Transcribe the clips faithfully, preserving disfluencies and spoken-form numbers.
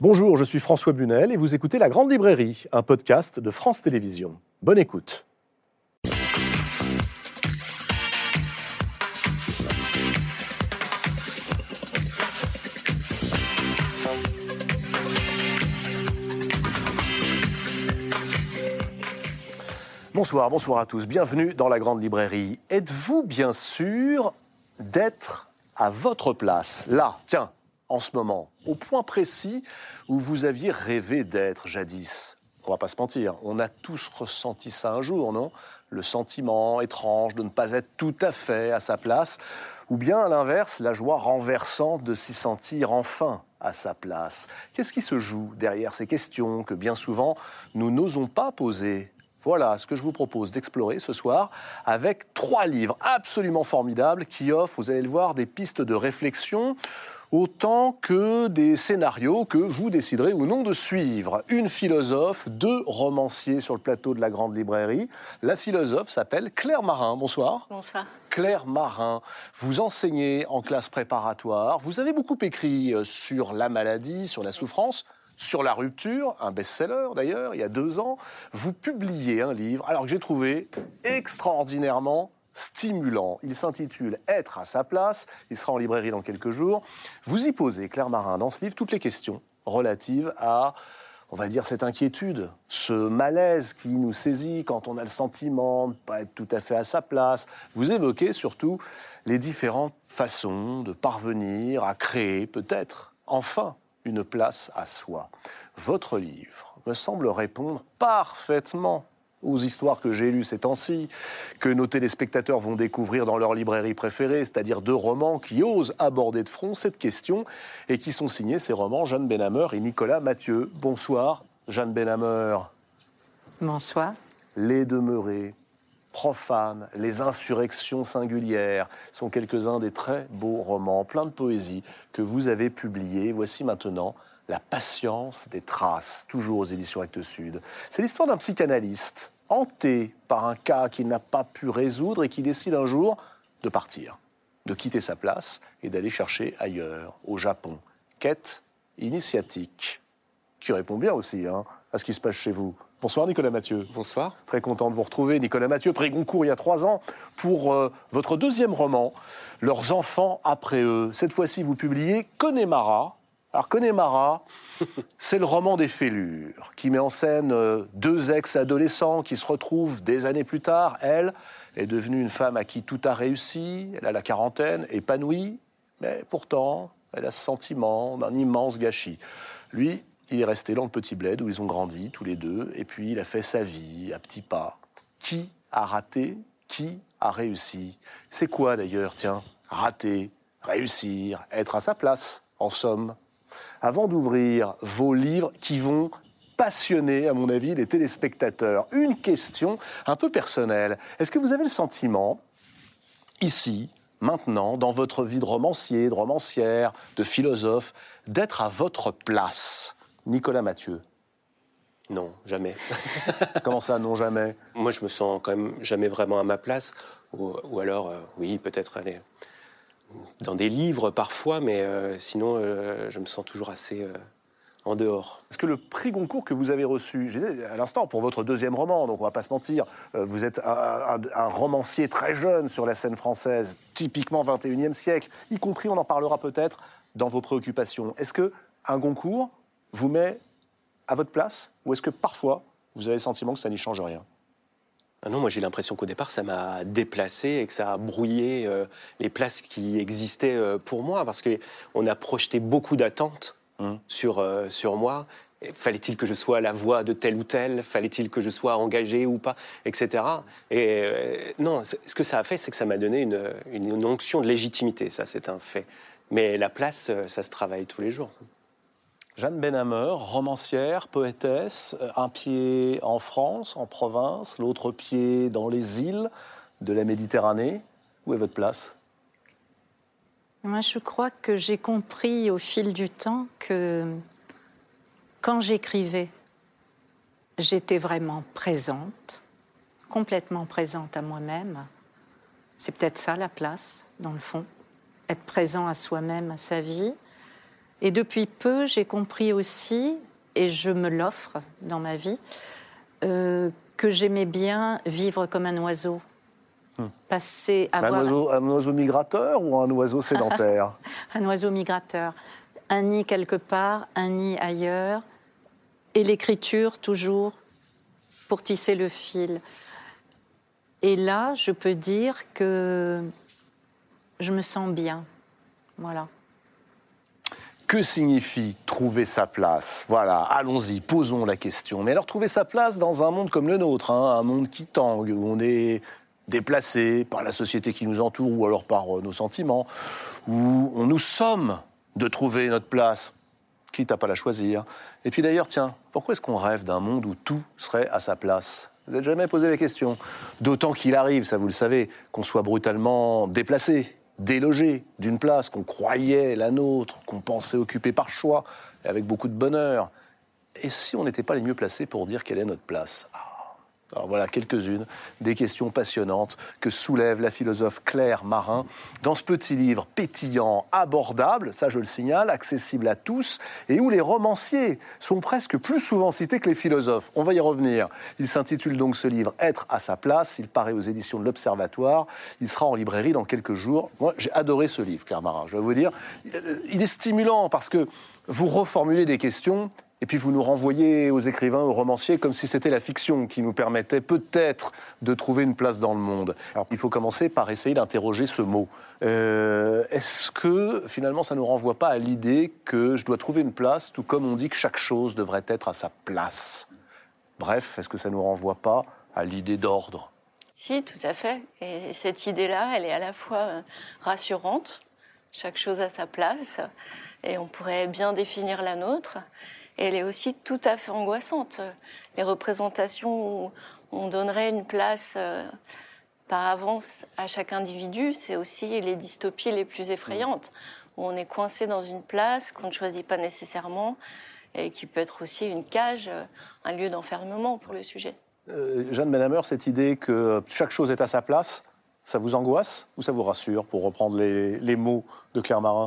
Bonjour, je suis François Bunel et vous écoutez La Grande Librairie, un podcast de France Télévisions. Bonne écoute. Bonsoir, bonsoir à tous. Bienvenue dans La Grande Librairie. Êtes-vous bien sûr d'être à votre place, là, tiens, en ce moment, au point précis où vous aviez rêvé d'être jadis? On va pas se mentir, on a tous ressenti ça un jour, non? Le sentiment étrange de ne pas être tout à fait à sa place, ou bien à l'inverse, la joie renversante de s'y sentir enfin à sa place. Qu'est-ce qui se joue derrière ces questions que bien souvent nous n'osons pas poser? Voilà ce que je vous propose d'explorer ce soir avec trois livres absolument formidables qui offrent, vous allez le voir, des pistes de réflexion autant que des scénarios que vous déciderez ou non de suivre. Une philosophe, deux romanciers sur le plateau de la Grande Librairie. La philosophe s'appelle Claire Marin. Bonsoir. Bonsoir. Claire Marin, vous enseignez en classe préparatoire. Vous avez beaucoup écrit sur la maladie, sur la souffrance, sur la rupture, un best-seller d'ailleurs, il y a deux ans. Vous publiez un livre, alors que j'ai trouvé extraordinairement stimulant. Il s'intitule « Être à sa place ». Il sera en librairie dans quelques jours. Vous y posez, Claire Marin, dans ce livre, toutes les questions relatives à, on va dire, cette inquiétude, ce malaise qui nous saisit quand on a le sentiment de ne pas être tout à fait à sa place. Vous évoquez surtout les différentes façons de parvenir à créer, peut-être, enfin, une place à soi. Votre livre me semble répondre parfaitement aux histoires que j'ai lues ces temps-ci, que nos téléspectateurs vont découvrir dans leur librairie préférée, c'est-à-dire deux romans qui osent aborder de front cette question et qui sont signés, ces romans, Jeanne Benhammer et Nicolas Mathieu. Bonsoir, Jeanne Benhammer. Bonsoir. Les demeurés, profanes, les insurrections singulières sont quelques-uns des très beaux romans, pleins de poésie, que vous avez publiés. Voici maintenant La patience des traces, toujours aux éditions Actes Sud. C'est l'histoire d'un psychanalyste hanté par un cas qu'il n'a pas pu résoudre et qui décide un jour de partir, de quitter sa place et d'aller chercher ailleurs, au Japon. Quête initiatique, qui répond bien aussi hein, à ce qui se passe chez vous. Bonsoir Nicolas Mathieu. Bonsoir. Très content de vous retrouver. Nicolas Mathieu, prix Goncourt il y a trois ans, pour euh, votre deuxième roman, Leurs enfants après eux. Cette fois-ci, vous publiez Connemara. Alors Connemara, c'est le roman des fêlures, qui met en scène euh, deux ex-adolescents qui se retrouvent des années plus tard. Elle est devenue une femme à qui tout a réussi, elle a la quarantaine, épanouie, mais pourtant, elle a ce sentiment d'un immense gâchis. Lui, il est resté dans le petit bled où ils ont grandi, tous les deux, et puis il a fait sa vie à petits pas. Qui a raté? Qui a réussi? C'est quoi d'ailleurs, tiens, rater, réussir, être à sa place, en somme? Avant d'ouvrir vos livres qui vont passionner, à mon avis, les téléspectateurs, une question un peu personnelle. Est-ce que vous avez le sentiment, ici, maintenant, dans votre vie de romancier, de romancière, de philosophe, d'être à votre place? Nicolas Mathieu. Non, jamais. Comment ça, non, jamais? Moi, je me sens quand même jamais vraiment à ma place. Ou, ou alors, euh, oui, peut-être aller dans des livres parfois, mais euh, sinon, euh, je me sens toujours assez euh, en dehors. Est-ce que le prix Goncourt que vous avez reçu, je disais à l'instant, pour votre deuxième roman, donc on ne va pas se mentir, euh, vous êtes un, un, un romancier très jeune sur la scène française, typiquement vingt et unième siècle, y compris, on en parlera peut-être, dans vos préoccupations. Est-ce qu'un Goncourt vous met à votre place, ou est-ce que parfois, vous avez le sentiment que ça n'y change rien? Ah non, moi j'ai l'impression qu'au départ, ça m'a déplacé et que ça a brouillé euh, les places qui existaient euh, pour moi, parce qu'on a projeté beaucoup d'attentes mmh. sur, euh, sur moi. Et fallait-il que je sois la voix de tel ou tel? Fallait-il que je sois engagé ou pas? Etc. Et euh, non, ce que ça a fait, c'est que ça m'a donné une, une onction de légitimité, ça c'est un fait. Mais la place, ça se travaille tous les jours. Jeanne Benhammer, romancière, poétesse, un pied en France, en province, l'autre pied dans les îles de la Méditerranée. Où est votre place? Moi, je crois que j'ai compris au fil du temps que quand j'écrivais, j'étais vraiment présente, complètement présente à moi-même. C'est peut-être ça la place, dans le fond, être présent à soi-même, à sa vie. Et depuis peu, j'ai compris aussi, et je me l'offre dans ma vie, euh, que j'aimais bien vivre comme un oiseau. Hum. Passer, avoir... un, oiseau, un oiseau migrateur ou un oiseau sédentaire? Un oiseau migrateur. Un nid quelque part, un nid ailleurs, et l'écriture toujours pour tisser le fil. Et là, je peux dire que je me sens bien. Voilà. Que signifie trouver sa place? Voilà, allons-y, posons la question. Mais alors, trouver sa place dans un monde comme le nôtre, hein, un monde qui tangue, où on est déplacé par la société qui nous entoure, ou alors par euh, nos sentiments, où on nous somme de trouver notre place, quitte à pas la choisir. Et puis d'ailleurs, tiens, pourquoi est-ce qu'on rêve d'un monde où tout serait à sa place? Vous n'avez jamais posé la question? D'autant qu'il arrive, ça vous le savez, qu'on soit brutalement déplacé, délogé d'une place qu'on croyait la nôtre, qu'on pensait occuper par choix, et avec beaucoup de bonheur. Et si on n'était pas les mieux placés pour dire quelle est notre place? Alors voilà quelques-unes des questions passionnantes que soulève la philosophe Claire Marin dans ce petit livre pétillant, abordable, ça je le signale, accessible à tous, et où les romanciers sont presque plus souvent cités que les philosophes. On va y revenir. Il s'intitule donc ce livre « Être à sa place ». Il paraît aux éditions de l'Observatoire. Il sera en librairie dans quelques jours. Moi, j'ai adoré ce livre, Claire Marin, je vais vous dire. Il est stimulant parce que vous reformulez des questions et puis vous nous renvoyez aux écrivains, aux romanciers, comme si c'était la fiction qui nous permettait peut-être de trouver une place dans le monde. Alors, il faut commencer par essayer d'interroger ce mot. Euh, est-ce que, finalement, ça ne nous renvoie pas à l'idée que je dois trouver une place, tout comme on dit que chaque chose devrait être à sa place? Bref, est-ce que ça ne nous renvoie pas à l'idée d'ordre? Si, tout à fait. Et cette idée-là, elle est à la fois rassurante, chaque chose à sa place, et on pourrait bien définir la nôtre. Et elle est aussi tout à fait angoissante. Les représentations où on donnerait une place euh, par avance à chaque individu, c'est aussi les dystopies les plus effrayantes, où on est coincé dans une place qu'on ne choisit pas nécessairement et qui peut être aussi une cage, un lieu d'enfermement pour le sujet. Euh, Jeanne Benhammer, cette idée que chaque chose est à sa place, ça vous angoisse ou ça vous rassure, pour reprendre les, les mots de Claire Marin?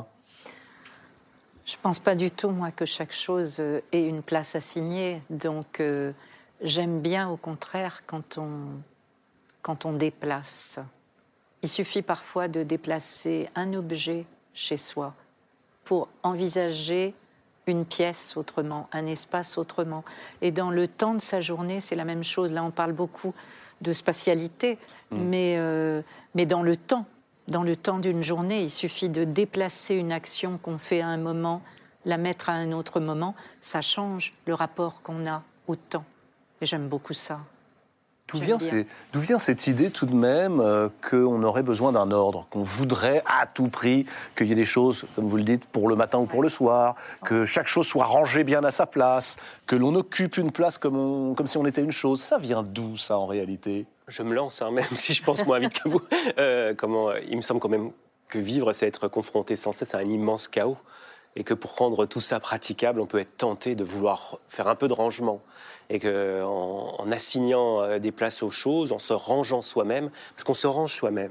Je ne pense pas du tout, moi, que chaque chose ait une place assignée. Donc, euh, j'aime bien, au contraire, quand on, quand on déplace. Il suffit parfois de déplacer un objet chez soi pour envisager une pièce autrement, un espace autrement. Et dans le temps de sa journée, c'est la même chose. Là, on parle beaucoup de spatialité, mmh. mais, euh, mais dans le temps. Dans le temps d'une journée, il suffit de déplacer une action qu'on fait à un moment, la mettre à un autre moment, ça change le rapport qu'on a au temps. Et j'aime beaucoup ça. D'où vient, d'où vient cette idée tout de même euh, qu'on aurait besoin d'un ordre, qu'on voudrait à tout prix qu'il y ait des choses, comme vous le dites, pour le matin ou pour le soir, que chaque chose soit rangée bien à sa place, que l'on occupe une place comme, on, comme si on était une chose? Ça vient d'où, ça, en réalité? Je me lance, hein, même si je pense moins vite que vous. Euh, comment, il me semble quand même que vivre, c'est être confronté sans cesse à un immense chaos. Et que pour rendre tout ça praticable, on peut être tenté de vouloir faire un peu de rangement. Et qu'en en assignant des places aux choses, en se rangeant soi-même, parce qu'on se range soi-même.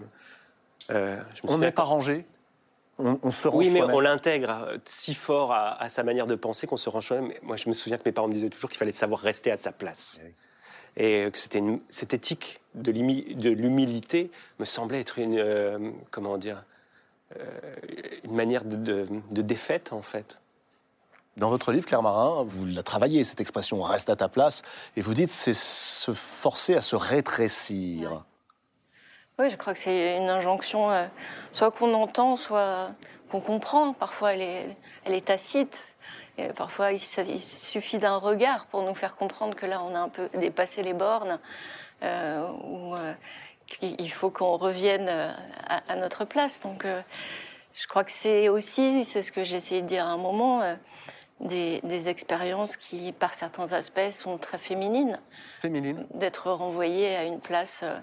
Euh, on n'est pas rangé, on, on se range Oui, mais soi-même. on l'intègre si fort à, à sa manière de penser qu'on se range soi-même. Moi, je me souviens que mes parents me disaient toujours qu'il fallait savoir rester à sa place. Oui. Et que c'était une, cette éthique de, de l'humilité me semblait être une, euh, comment dire, euh, une manière de, de, de défaite, en fait. Dans votre livre, Claire Marin, vous la travaillez, cette expression « reste à ta place », et vous dites c'est se forcer à se rétrécir. Oui, oui, je crois que c'est une injonction, euh, soit qu'on entend, soit qu'on comprend. Parfois, elle est, elle est tacite. Et parfois, il, il suffit d'un regard pour nous faire comprendre que là, on a un peu dépassé les bornes, euh, ou euh, qu'il faut qu'on revienne à, à notre place. Donc, euh, je crois que c'est aussi, c'est ce que j'ai essayé de dire à un moment, euh, des, des expériences qui, par certains aspects, sont très féminines. Féminines. D'être renvoyée à une place euh,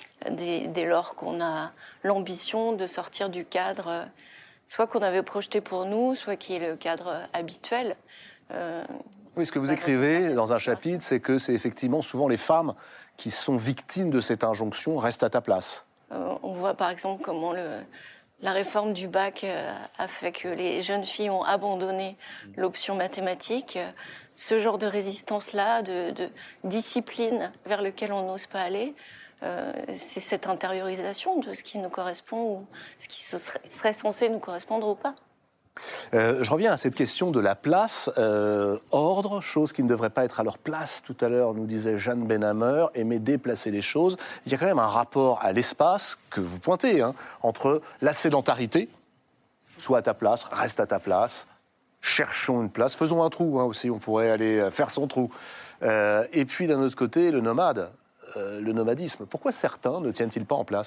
dès, dès lors qu'on a l'ambition de sortir du cadre... Euh, soit qu'on avait projeté pour nous, soit qui est le cadre habituel. Euh, oui, ce que vous écrivez dans un chapitre, c'est que c'est effectivement souvent les femmes qui sont victimes de cette injonction « reste à ta place ». Euh, on voit par exemple comment le, la réforme du bac a fait que les jeunes filles ont abandonné l'option mathématiques. Ce genre de résistance-là, de, de discipline vers lequel on n'ose pas aller, euh, c'est cette intériorisation de ce qui nous correspond ou ce qui serait, serait censé nous correspondre ou pas. Euh, je reviens à cette question de la place, euh, ordre, choses qui ne devraient pas être à leur place. Tout à l'heure, nous disait Jeanne Benhammer, aimer déplacer les choses. Il y a quand même un rapport à l'espace que vous pointez, hein, entre la sédentarité, sois à ta place, reste à ta place, cherchons une place, faisons un trou hein, aussi, on pourrait aller faire son trou. Euh, et puis d'un autre côté, le nomade, euh, le nomadisme. Pourquoi certains ne tiennent-ils pas en place ?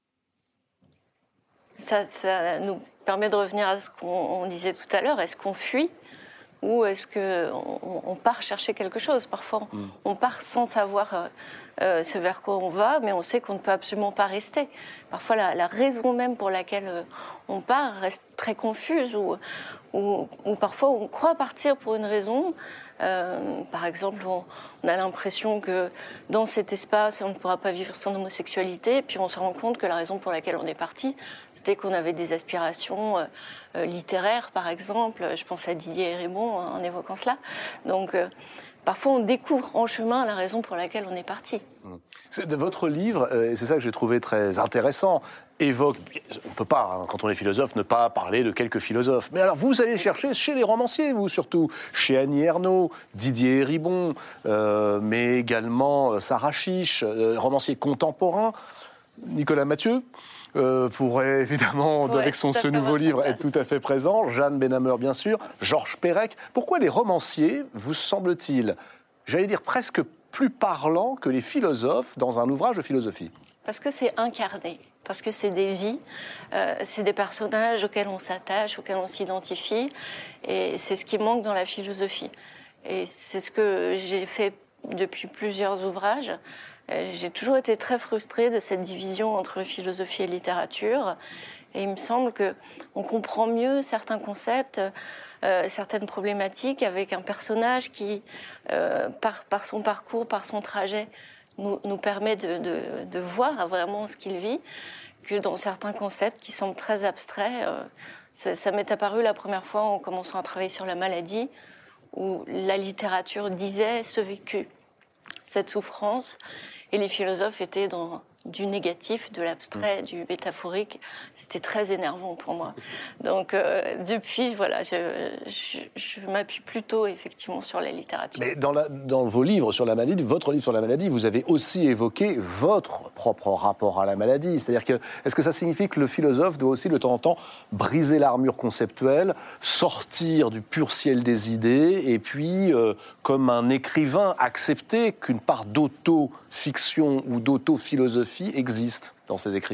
Ça, ça nous permet de revenir à ce qu'on disait tout à l'heure. Est-ce qu'on fuit ou est-ce qu'on on part chercher quelque chose ? Parfois, mm. on part sans savoir euh, ce vers quoi on va, mais on sait qu'on ne peut absolument pas rester. Parfois, la, la raison même pour laquelle on part reste très confuse ou, ou, ou parfois on croit partir pour une raison. Euh, par exemple, on, on a l'impression que dans cet espace, on ne pourra pas vivre son homosexualité, puis on se rend compte que la raison pour laquelle on est parti, c'était qu'on avait des aspirations euh, littéraires, par exemple. Je pense à Didier Eribon en évoquant cela. Donc, euh, parfois, on découvre en chemin la raison pour laquelle on est parti. De votre livre, et c'est ça que j'ai trouvé très intéressant, évoque, on ne peut pas, hein, quand on est philosophe, ne pas parler de quelques philosophes. Mais alors, vous allez chercher chez les romanciers, vous surtout, chez Annie Ernaux, Didier Eribon, euh, mais également euh, Sarah Chiche, euh, romanciers contemporains, Nicolas Mathieu. Euh, pourrait évidemment, ouais, avec son, ce nouveau livre, être tout à fait présent. Jeanne Benhammer, bien sûr. Georges Perec. Pourquoi les romanciers, vous semble-t-il, j'allais dire presque plus parlants que les philosophes dans un ouvrage de philosophie ? Parce que c'est incarné, parce que c'est des vies, euh, c'est des personnages auxquels on s'attache, auxquels on s'identifie, et c'est ce qui manque dans la philosophie. Et c'est ce que j'ai fait depuis plusieurs ouvrages. J'ai toujours été très frustrée de cette division entre philosophie et littérature. Et il me semble qu'on comprend mieux certains concepts, euh, certaines problématiques avec un personnage qui, euh, par, par son parcours, par son trajet, nous, nous permet de, de, de voir vraiment ce qu'il vit, que dans certains concepts qui semblent très abstraits. Euh, ça, ça m'est apparu la première fois en commençant à travailler sur la maladie, où la littérature disait ce vécu, cette souffrance. Et les philosophes étaient dans du négatif, de l'abstrait, mmh. du métaphorique. C'était très énervant pour moi. Donc, euh, depuis, voilà, je, je, je m'appuie plutôt, effectivement, sur la littérature. Mais dans, la, dans vos livres sur la maladie, votre livre sur la maladie, vous avez aussi évoqué votre propre rapport à la maladie. C'est-à-dire que, est-ce que ça signifie que le philosophe doit aussi, de temps en temps, briser l'armure conceptuelle, sortir du pur ciel des idées, et puis, euh, comme un écrivain, accepter qu'une part d'auto-fiction ou d'auto-philosophie existe dans ses écrits ?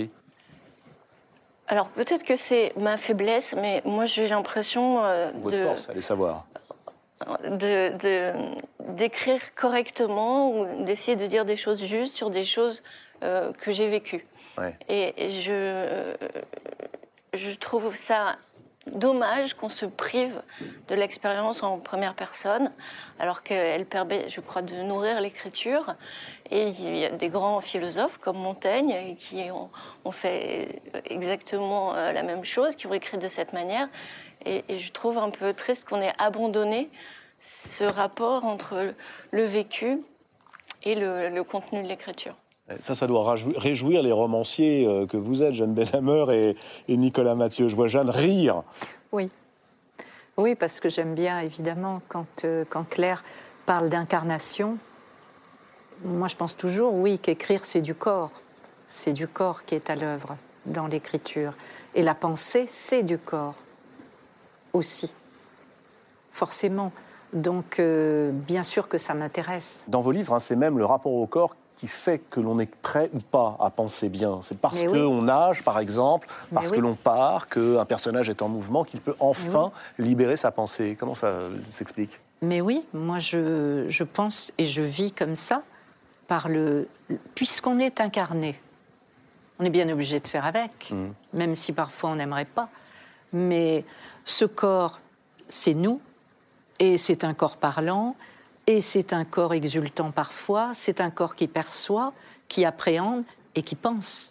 Alors peut-être que c'est ma faiblesse, mais moi j'ai l'impression euh, Votre de... force, allez savoir. De, de, d'écrire correctement ou d'essayer de dire des choses justes sur des choses euh, que j'ai vécues. Ouais. Et, et je, euh, je trouve ça dommage qu'on se prive de l'expérience en première personne, alors qu'elle permet, je crois, de nourrir l'écriture. Et il y a des grands philosophes comme Montaigne qui ont, ont fait exactement la même chose, qui ont écrit de cette manière. Et, et je trouve un peu triste qu'on ait abandonné ce rapport entre le vécu et le, le contenu de l'écriture. Ça, ça doit réjouir les romanciers que vous êtes, Jeanne Benhammer et, et Nicolas Mathieu. Je vois Jeanne rire. Oui. Oui, parce que j'aime bien, évidemment, quand, euh, quand Claire parle d'incarnation. Moi, je pense toujours, oui, qu'écrire, c'est du corps. C'est du corps qui est à l'œuvre dans l'écriture. Et la pensée, c'est du corps aussi. Forcément. Donc, euh, bien sûr que ça m'intéresse. Dans vos livres, hein, c'est même le rapport au corps qui fait que l'on est prêt ou pas à penser bien. C'est parce qu'on oui. nage, par exemple, parce oui. que l'on part, qu'un personnage est en mouvement, qu'il peut enfin oui. libérer sa pensée. Comment ça s'explique ? Mais oui, moi je, je pense et je vis comme ça, par le, puisqu'on est incarné. On est bien obligé de faire avec, mmh. même si parfois on n'aimerait pas. Mais ce corps, c'est nous, et c'est un corps parlant, et c'est un corps exultant parfois, c'est un corps qui perçoit, qui appréhende et qui pense.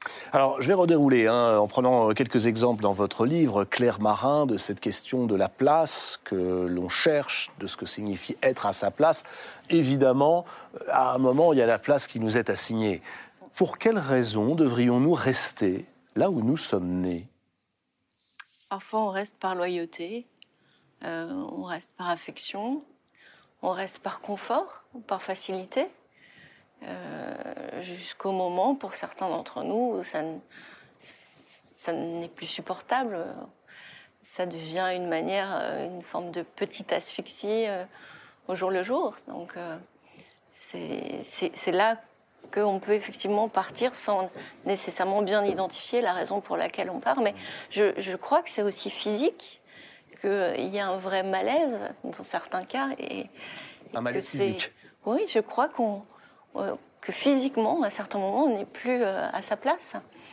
Alors, je vais redérouler hein, en prenant quelques exemples dans votre livre, Claire Marin, de cette question de la place que l'on cherche, de ce que signifie être à sa place. Évidemment, à un moment, il y a la place qui nous est assignée. Pour quelles raisons devrions-nous rester là où nous sommes nés ? Parfois, on reste par loyauté, euh, on reste par affection, on reste par confort ou par facilité. Euh, jusqu'au moment, pour certains d'entre nous, où ça, ne, ça n'est plus supportable. Ça devient une manière, une forme de petite asphyxie euh, au jour le jour. Donc, euh, c'est, c'est, c'est là qu'on peut effectivement partir sans nécessairement bien identifier la raison pour laquelle on part. Mais je, je crois que c'est aussi physique, qu'il y a un vrai malaise dans certains cas. Et, et un malaise que physique. Oui, je crois qu'on... que physiquement, à certains moments, on n'est plus à sa place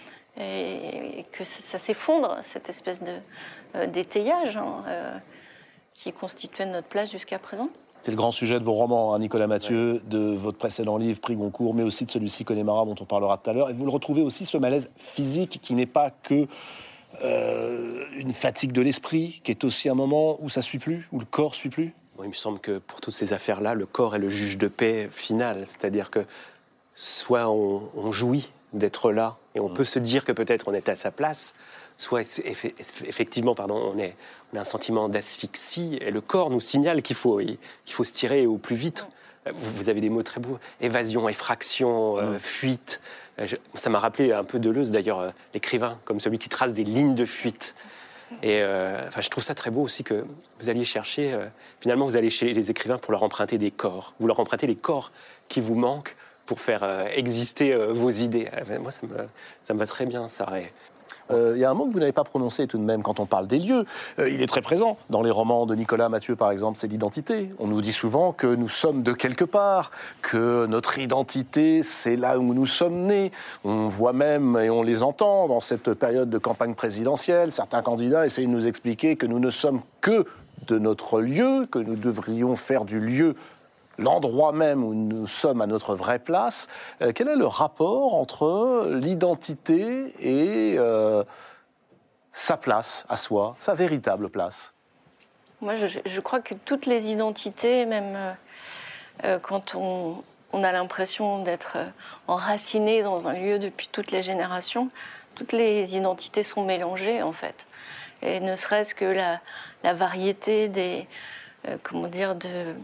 et que ça s'effondre, cette espèce de, euh, d'étayage hein, euh, qui constituait notre place jusqu'à présent. C'est le grand sujet de vos romans, hein, Nicolas Mathieu, de votre précédent livre, Prix Goncourt, mais aussi de celui-ci, Connemara, dont on parlera tout à l'heure. Et vous le retrouvez aussi, ce malaise physique qui n'est pas que euh, une fatigue de l'esprit, qui est aussi un moment où ça ne suit plus, où le corps ne suit plus. Bon, il me semble que pour toutes ces affaires-là, le corps est le juge de paix final. C'est-à-dire que soit on, on jouit d'être là et on mmh. peut se dire que peut-être on est à sa place, soit eff- effectivement pardon, on, est, on a un sentiment d'asphyxie et le corps nous signale qu'il faut, qu'il faut se tirer au plus vite. Vous, vous avez des mots très beaux, évasion, effraction, mmh. euh, fuite. Je, ça m'a rappelé un peu Deleuze d'ailleurs, euh, l'écrivain, comme celui qui trace des lignes de fuite. Et euh, enfin, je trouve ça très beau aussi que vous alliez chercher, euh, finalement vous allez chez les écrivains pour leur emprunter des corps. Vous leur empruntez les corps qui vous manquent pour faire euh, exister euh, vos idées. Euh, moi, ça me, ça me va très bien, ça. Il euh, y a un mot que vous n'avez pas prononcé tout de même quand on parle des lieux. Euh, il est très présent dans les romans de Nicolas Mathieu, par exemple, c'est l'identité. On nous dit souvent que nous sommes de quelque part, que notre identité, c'est là où nous sommes nés. On voit même, et on les entend, dans cette période de campagne présidentielle, certains candidats essayent de nous expliquer que nous ne sommes que de notre lieu, que nous devrions faire du lieu l'endroit même où nous sommes à notre vraie place. Euh, quel est le rapport entre l'identité et euh, sa place à soi, sa véritable place ? Moi, je, je crois que toutes les identités, même euh, euh, quand on, on a l'impression d'être euh, enraciné dans un lieu depuis toutes les générations, toutes les identités sont mélangées, en fait. Et ne serait-ce que la, la variété des... Euh, comment dire, de...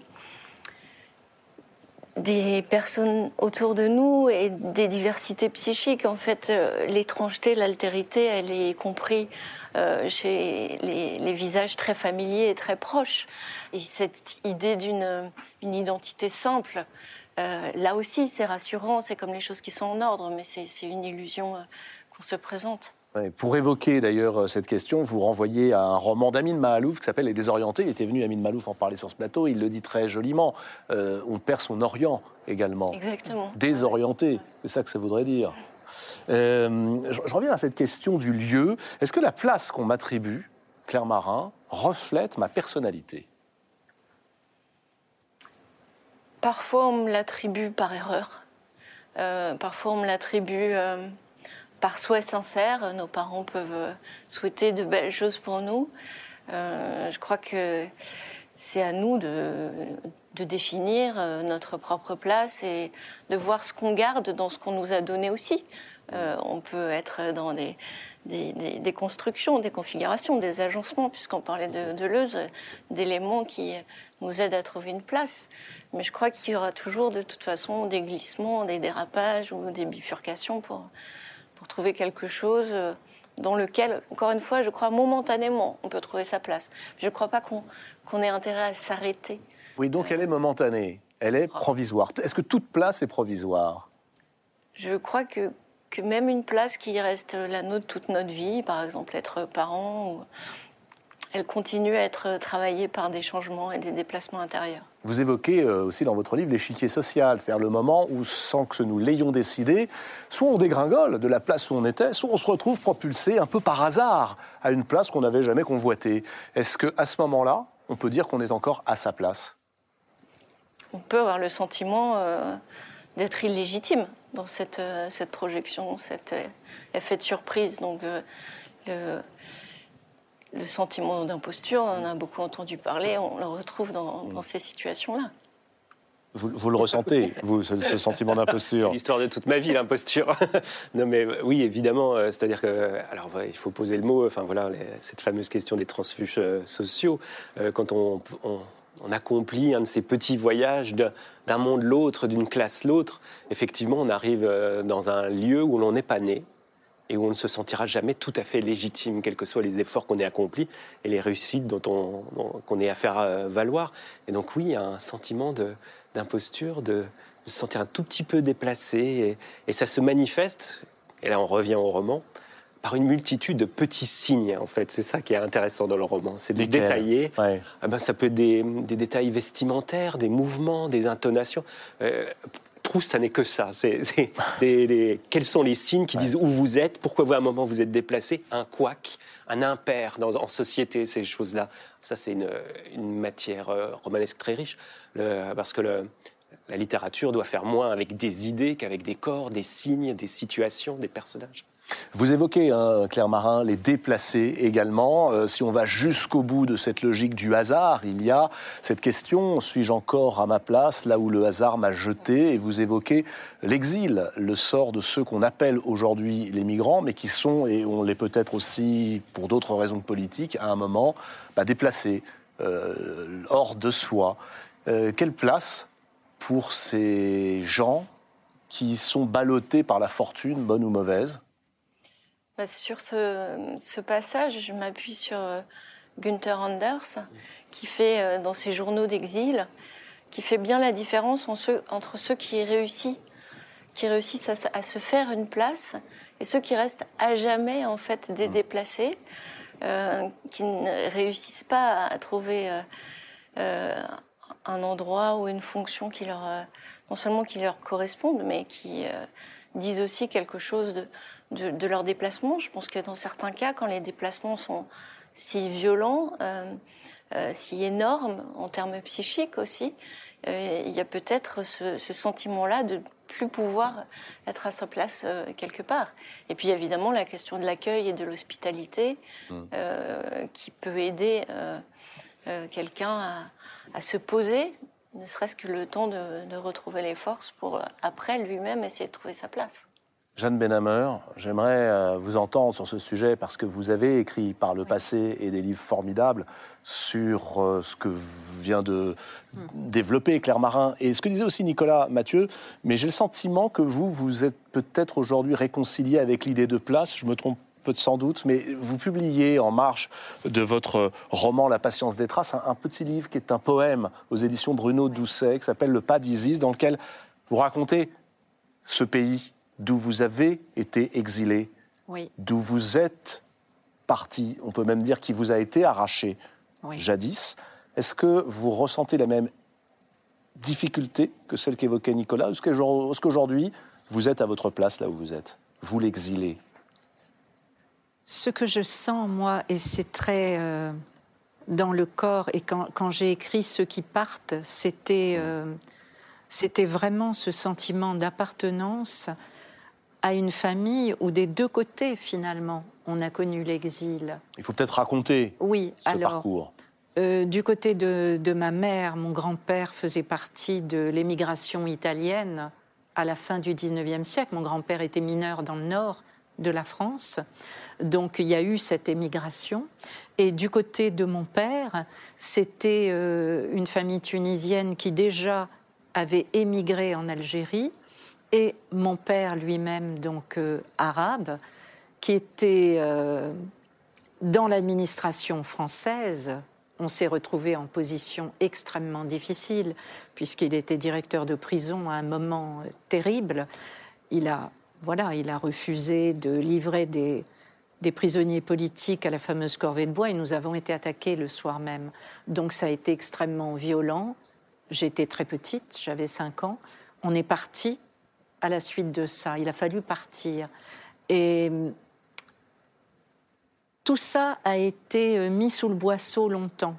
des personnes autour de nous et des diversités psychiques. En fait, euh, l'étrangeté, l'altérité, elle est comprise euh, chez les, les visages très familiers et très proches. Et cette idée d'une une identité simple, euh, là aussi, c'est rassurant, c'est comme les choses qui sont en ordre, mais c'est, c'est une illusion euh, qu'on se présente. Ouais, pour évoquer d'ailleurs cette question, vous renvoyez à un roman d'Amin Mahalouf qui s'appelle Les Désorientés. Il était venu, Amin Mahalouf, en parler sur ce plateau. Il le dit très joliment. Euh, on perd son Orient également. Exactement. Désorienté, c'est ça que ça voudrait dire. Euh, je, je reviens à cette question du lieu. Est-ce que la place qu'on m'attribue, Claire Marin, reflète ma personnalité ? Parfois, on me l'attribue par erreur. Euh, parfois, on me l'attribue... Euh... par souhait sincère. Nos parents peuvent souhaiter de belles choses pour nous. Euh, je crois que c'est à nous de, de définir notre propre place et de voir ce qu'on garde dans ce qu'on nous a donné aussi. Euh, on peut être dans des, des, des, des constructions, des configurations, des agencements, puisqu'on parlait de, de Deleuze, d'éléments qui nous aident à trouver une place. Mais je crois qu'il y aura toujours de toute façon des glissements, des dérapages ou des bifurcations pour... pour trouver quelque chose dans lequel, encore une fois, je crois momentanément, on peut trouver sa place. Je ne crois pas qu'on, qu'on ait intérêt à s'arrêter. Oui, donc elle est momentanée, elle est provisoire. Est-ce que toute place est provisoire ? Je crois que, que même une place qui reste la nôtre toute notre vie, par exemple être parent, ou, elle continue à être travaillée par des changements et des déplacements intérieurs. Vous évoquez euh, aussi dans votre livre l'échiquier social, c'est-à-dire le moment où, sans que nous l'ayons décidé, soit on dégringole de la place où on était, soit on se retrouve propulsé un peu par hasard à une place qu'on n'avait jamais convoitée. Est-ce qu'à ce moment-là, on peut dire qu'on est encore à sa place ? On peut avoir le sentiment euh, d'être illégitime. dans cette, euh, cette projection, cet euh, effet de surprise. Donc euh, le, le sentiment d'imposture, on en a beaucoup entendu parler, on le retrouve dans, dans ces situations-là. Vous, vous le ressentez, vous, ce, ce sentiment d'imposture? C'est l'histoire de toute ma vie, l'imposture. Non, mais oui, évidemment. Euh, c'est-à-dire que, alors, il faut poser le mot. Enfin, voilà, les, cette fameuse question des transfuges euh, sociaux. Euh, quand on, on, on accomplit un de ces petits voyages d'un, d'un monde l'autre, d'une classe l'autre, effectivement, on arrive euh, dans un lieu où l'on n'est pas né et où on ne se sentira jamais tout à fait légitime, quels que soient les efforts qu'on ait accomplis et les réussites dont on, dont, qu'on ait à faire euh, valoir. Et donc, oui, il y a un sentiment de d'imposture, de, de se sentir un tout petit peu déplacé. Et, et ça se manifeste, et là on revient au roman, par une multitude de petits signes, en fait. C'est ça qui est intéressant dans le roman, c'est de les détailler. Ouais. Ah ben, ça peut être des, des détails vestimentaires, des mouvements, des intonations. Euh, Proust, ça n'est que ça. C'est, c'est les, les, quels sont les signes qui ouais. disent où vous êtes, pourquoi vous, à un moment vous êtes déplacé, un couac, un impair dans, en société, ces choses-là. Ça, c'est une, une matière euh, romanesque très riche, le, parce que le, la littérature doit faire moins avec des idées qu'avec des corps, des signes, des situations, des personnages. Vous évoquez, hein, Claire Marin, les déplacés également. Euh, si on va jusqu'au bout de cette logique du hasard, il y a cette question, suis-je encore à ma place, là où le hasard m'a jeté? Et vous évoquez l'exil, le sort de ceux qu'on appelle aujourd'hui les migrants, mais qui sont, et on l'est peut-être aussi pour d'autres raisons politiques, à un moment, bah, déplacés, euh, hors de soi. Euh, quelle place pour ces gens qui sont ballottés par la fortune, bonne ou mauvaise? Sur ce, ce passage, je m'appuie sur euh, Günther Anders, qui fait, euh, dans ses journaux d'exil, qui fait bien la différence en ceux, entre ceux qui réussissent, qui réussissent à, à se faire une place et ceux qui restent à jamais, en fait, des déplacés, euh, qui ne réussissent pas à trouver euh, euh, un endroit ou une fonction qui leur, euh, non seulement qui leur corresponde, mais qui euh, disent aussi quelque chose de De, de leur déplacement. Je pense que dans certains cas, quand les déplacements sont si violents, euh, euh, si énormes en termes psychiques aussi, euh, il y a peut-être ce, ce sentiment-là de ne plus pouvoir être à sa place euh, quelque part. Et puis évidemment la question de l'accueil et de l'hospitalité mmh. euh, qui peut aider euh, euh, quelqu'un à, à se poser, ne serait-ce que le temps de, de retrouver les forces pour après lui-même essayer de trouver sa place. Jeanne Benhammer, j'aimerais vous entendre sur ce sujet parce que vous avez écrit par le passé et des livres formidables sur ce que vient de développer Claire Marin et ce que disait aussi Nicolas Mathieu, mais j'ai le sentiment que vous, vous êtes peut-être aujourd'hui réconcilié avec l'idée de place, je me trompe peut sans doute, mais vous publiez en marge de votre roman La patience des traces un, un petit livre qui est un poème aux éditions Bruno Doucet qui s'appelle Le pas d'Isis, dans lequel vous racontez ce pays d'où vous avez été exilé, oui. d'où vous êtes parti, on peut même dire qu'il vous a été arraché oui. jadis. Est-ce que vous ressentez la même difficulté que celle qu'évoquait Nicolas? Est-ce qu'aujourd'hui, vous êtes à votre place là où vous êtes, vous l'exilé? Ce que je sens, moi, et c'est très euh, dans le corps, et quand, quand j'ai écrit Ceux qui partent, c'était, euh, c'était vraiment ce sentiment d'appartenance à une famille où des deux côtés, finalement, on a connu l'exil. Il faut peut-être raconter oui, ce alors, parcours. Euh, du côté de, de ma mère, mon grand-père faisait partie de l'émigration italienne à la fin du dix-neuvième siècle. Mon grand-père était mineur dans le nord de la France. Donc, il y a eu cette émigration. Et du côté de mon père, c'était euh, une famille tunisienne qui déjà avait émigré en Algérie. Et mon père lui-même, donc euh, arabe, qui était euh, dans l'administration française. On s'est retrouvés en position extrêmement difficile, puisqu'il était directeur de prison à un moment terrible. Il a, voilà, il a refusé de livrer des, des prisonniers politiques à la fameuse corvée de bois, et nous avons été attaqués le soir même. Donc ça a été extrêmement violent. J'étais très petite, j'avais cinq ans. On est partis à la suite de ça. Il a fallu partir. Et tout ça a été mis sous le boisseau longtemps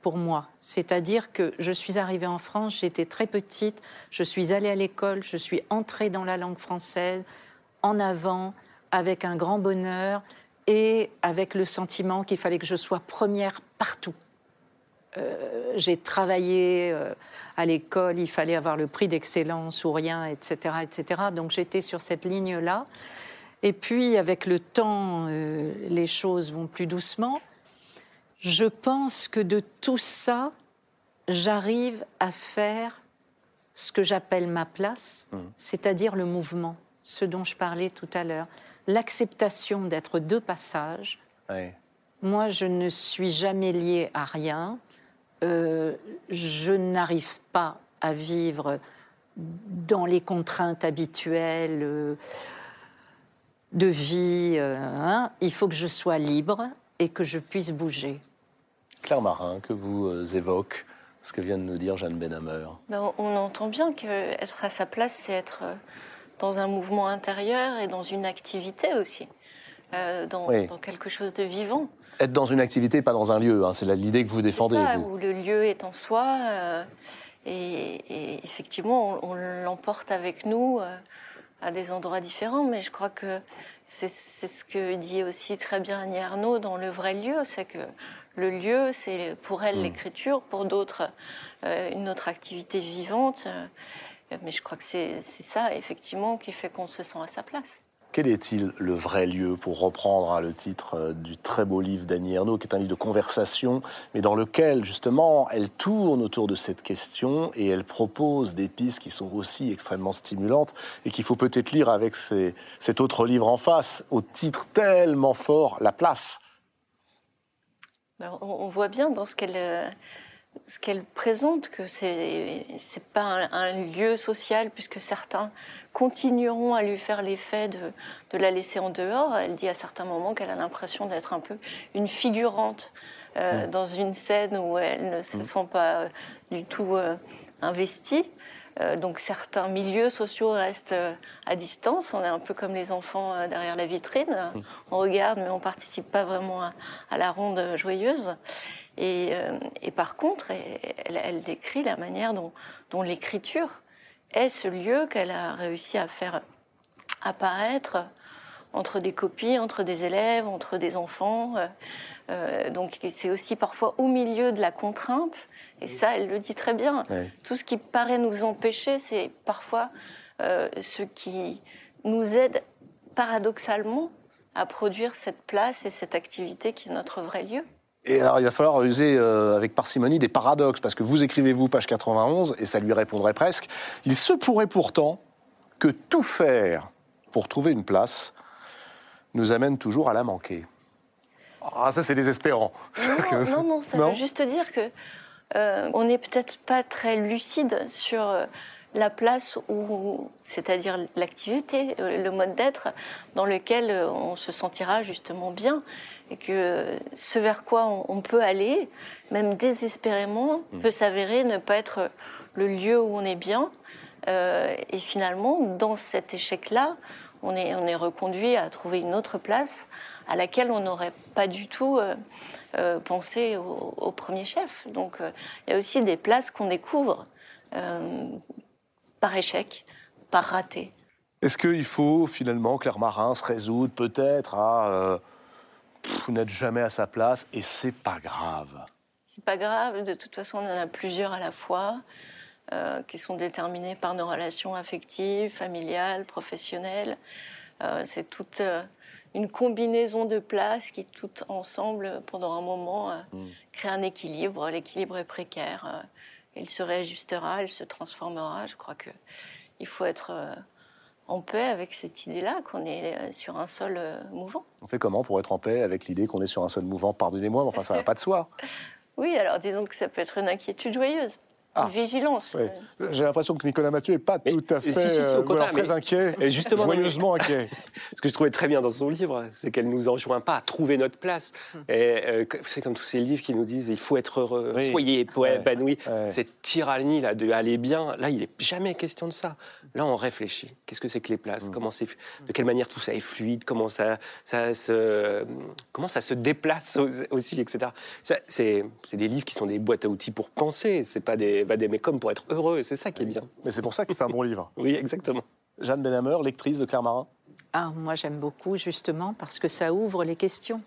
pour moi. C'est-à-dire que je suis arrivée en France, j'étais très petite, je suis allée à l'école, je suis entrée dans la langue française, en avant, avec un grand bonheur et avec le sentiment qu'il fallait que je sois première partout. Euh, j'ai travaillé euh, à l'école, il fallait avoir le prix d'excellence ou rien, et cetera, et cetera. Donc j'étais sur cette ligne-là. Et puis, avec le temps, euh, les choses vont plus doucement. Je pense que de tout ça, j'arrive à faire ce que j'appelle ma place, mmh. c'est-à-dire le mouvement, ce dont je parlais tout à l'heure. L'acceptation d'être de passage. Oui. Moi, je ne suis jamais liée à rien. Euh, je n'arrive pas à vivre dans les contraintes habituelles euh, de vie. Euh, hein. Il faut que je sois libre et que je puisse bouger. Claire Marin, que vous euh, évoque ce que vient de nous dire Jeanne Benhammer. Ben, on entend bien qu'être à sa place, c'est être dans un mouvement intérieur et dans une activité aussi, euh, dans, oui. dans quelque chose de vivant. Être dans une activité, pas dans un lieu, hein, c'est l'idée que vous défendez. C'est ça, vous. où le lieu est en soi, euh, et, et effectivement, on, on l'emporte avec nous euh, à des endroits différents, mais je crois que c'est, c'est ce que dit aussi très bien Annie Ernaux dans Le vrai lieu, c'est que le lieu, c'est pour elle mmh. l'écriture, pour d'autres, euh, une autre activité vivante, euh, mais je crois que c'est, c'est ça, effectivement, qui fait qu'on se sent à sa place. Quel est-il le vrai lieu, pour reprendre hein, le titre du très beau livre d'Annie Ernaux, qui est un livre de conversation, mais dans lequel, justement, elle tourne autour de cette question et elle propose des pistes qui sont aussi extrêmement stimulantes et qu'il faut peut-être lire avec ces, cet autre livre en face, au titre tellement fort, La place. Alors, on voit bien dans ce qu'elle... ce qu'elle présente, que c'est c'est pas un, un lieu social, puisque certains continueront à lui faire l'effet de, de la laisser en dehors. Elle dit à certains moments qu'elle a l'impression d'être un peu une figurante euh, mmh. dans une scène où elle ne se mmh. sent pas du tout euh, investie. Euh, donc certains milieux sociaux restent euh, à distance. On est un peu comme les enfants euh, derrière la vitrine. Mmh. On regarde, mais on participe pas vraiment à, à la ronde joyeuse. Et, euh, et par contre, elle, elle décrit la manière dont, dont l'écriture est ce lieu qu'elle a réussi à faire apparaître entre des copies, entre des élèves, entre des enfants. Euh, donc c'est aussi parfois au milieu de la contrainte, et ça, elle le dit très bien. Oui. Tout ce qui paraît nous empêcher, c'est parfois euh, ce qui nous aide paradoxalement à produire cette place et cette activité qui est notre vrai lieu. Et alors, il va falloir user euh, avec parcimonie des paradoxes, parce que vous écrivez-vous, page quatre-vingt-onze, et ça lui répondrait presque. Il se pourrait pourtant que tout faire pour trouver une place nous amène toujours à la manquer. Ah, ça, c'est désespérant. Non, non, non, ça non veut juste dire que euh, on n'est peut-être pas très lucide sur euh, la place où, c'est-à-dire l'activité, le mode d'être dans lequel on se sentira justement bien, et que ce vers quoi on, on peut aller, même désespérément, mmh. peut s'avérer ne pas être le lieu où on est bien. Euh, et finalement, dans cet échec-là, on est, on est reconduit à trouver une autre place à laquelle on n'aurait pas du tout euh, euh, pensé au, au premier chef. Donc, euh, il y a aussi des places qu'on découvre euh, par échec, par raté. Est-ce qu'il faut finalement, Claire Marin, se résoudre peut-être à euh, pff, n'être jamais à sa place, et c'est pas grave? C'est pas grave, de toute façon, on en a plusieurs à la fois. Euh, qui sont déterminés par nos relations affectives, familiales, professionnelles. Euh, c'est toute euh, une combinaison de places qui, toutes ensemble, pendant un moment, euh, mmh. créent un équilibre. L'équilibre est précaire. Euh, il se réajustera, il se transformera. Je crois qu'il faut être euh, en paix avec cette idée-là, qu'on est euh, sur un sol euh, mouvant. On fait comment pour être en paix avec l'idée qu'on est sur un sol mouvant? Pardonnez-moi, mais enfin, ça va pas de soi. Oui, alors disons que ça peut être une inquiétude joyeuse. Ah. une vigilance. Oui. J'ai l'impression que Nicolas Mathieu n'est pas Mais, tout à fait si, si, si, au euh, contraire, très mais- inquiet, Et justement, joyeusement inquiet. Ce que je trouvais très bien dans son livre, c'est qu'elle ne nous enjoint pas à trouver notre place. Et, euh, c'est comme tous ces livres qui nous disent il faut être heureux, Oui. soyez Ouais. épanoui. Ouais. Cette tyrannie là de aller bien, là, il n'est jamais question de ça. Là, on réfléchit. Qu'est-ce que c'est que les places? Comment c'est, de quelle manière tout ça est fluide? Comment ça, ça se, comment ça se déplace aussi, et cetera. Ça, c'est, c'est des livres qui sont des boîtes à outils pour penser. C'est pas des vadémécum pour être heureux. C'est ça qui est bien. Mais c'est pour ça qu'il fait un bon livre. Oui, exactement. Jeanne Benhammer, lectrice de Claire Marin. Ah, moi, j'aime beaucoup, justement, parce que ça ouvre les questions.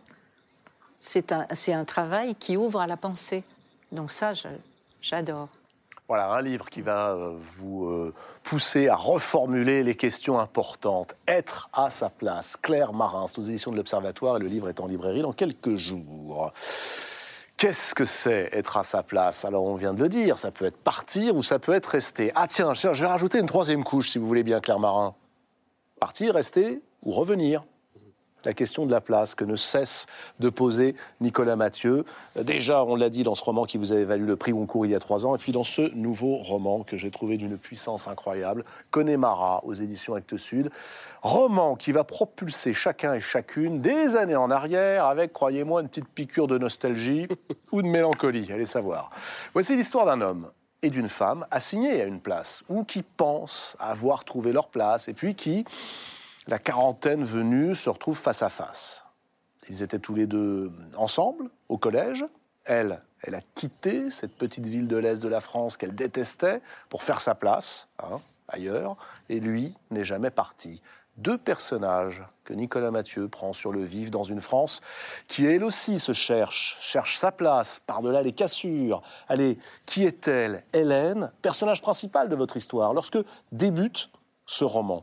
C'est un, c'est un travail qui ouvre à la pensée. Donc ça, je- j'adore. Voilà, un livre qui va euh, vous euh, pousser à reformuler les questions importantes. Être à sa place. Claire Marin, c'est aux éditions de l'Observatoire et le livre est en librairie dans quelques jours. Qu'est-ce que c'est être à sa place? Alors on vient de le dire, ça peut être partir ou ça peut être rester. Ah tiens, tiens, je vais rajouter une troisième couche si vous voulez bien, Claire Marin. Partir, rester ou revenir? La question de la place que ne cesse de poser Nicolas Mathieu. Déjà, on l'a dit dans ce roman qui vous avait valu le prix Goncourt il y a trois ans, et puis dans ce nouveau roman que j'ai trouvé d'une puissance incroyable, Connemara aux éditions Actes Sud. Roman qui va propulser chacun et chacune des années en arrière avec, croyez-moi, une petite piqûre de nostalgie ou de mélancolie, allez savoir. Voici l'histoire d'un homme et d'une femme assignés à une place, ou qui pensent avoir trouvé leur place, et puis qui, la quarantaine venue, se retrouvent face à face. Ils étaient tous les deux ensemble, au collège. Elle, elle a quitté cette petite ville de l'Est de la France qu'elle détestait pour faire sa place, hein, ailleurs, et lui n'est jamais parti. Deux personnages que Nicolas Mathieu prend sur le vif dans une France qui, elle aussi, se cherche, cherche sa place, par-delà les cassures. Allez, qui est-elle? Hélène, personnage principal de votre histoire, lorsque débute ce roman.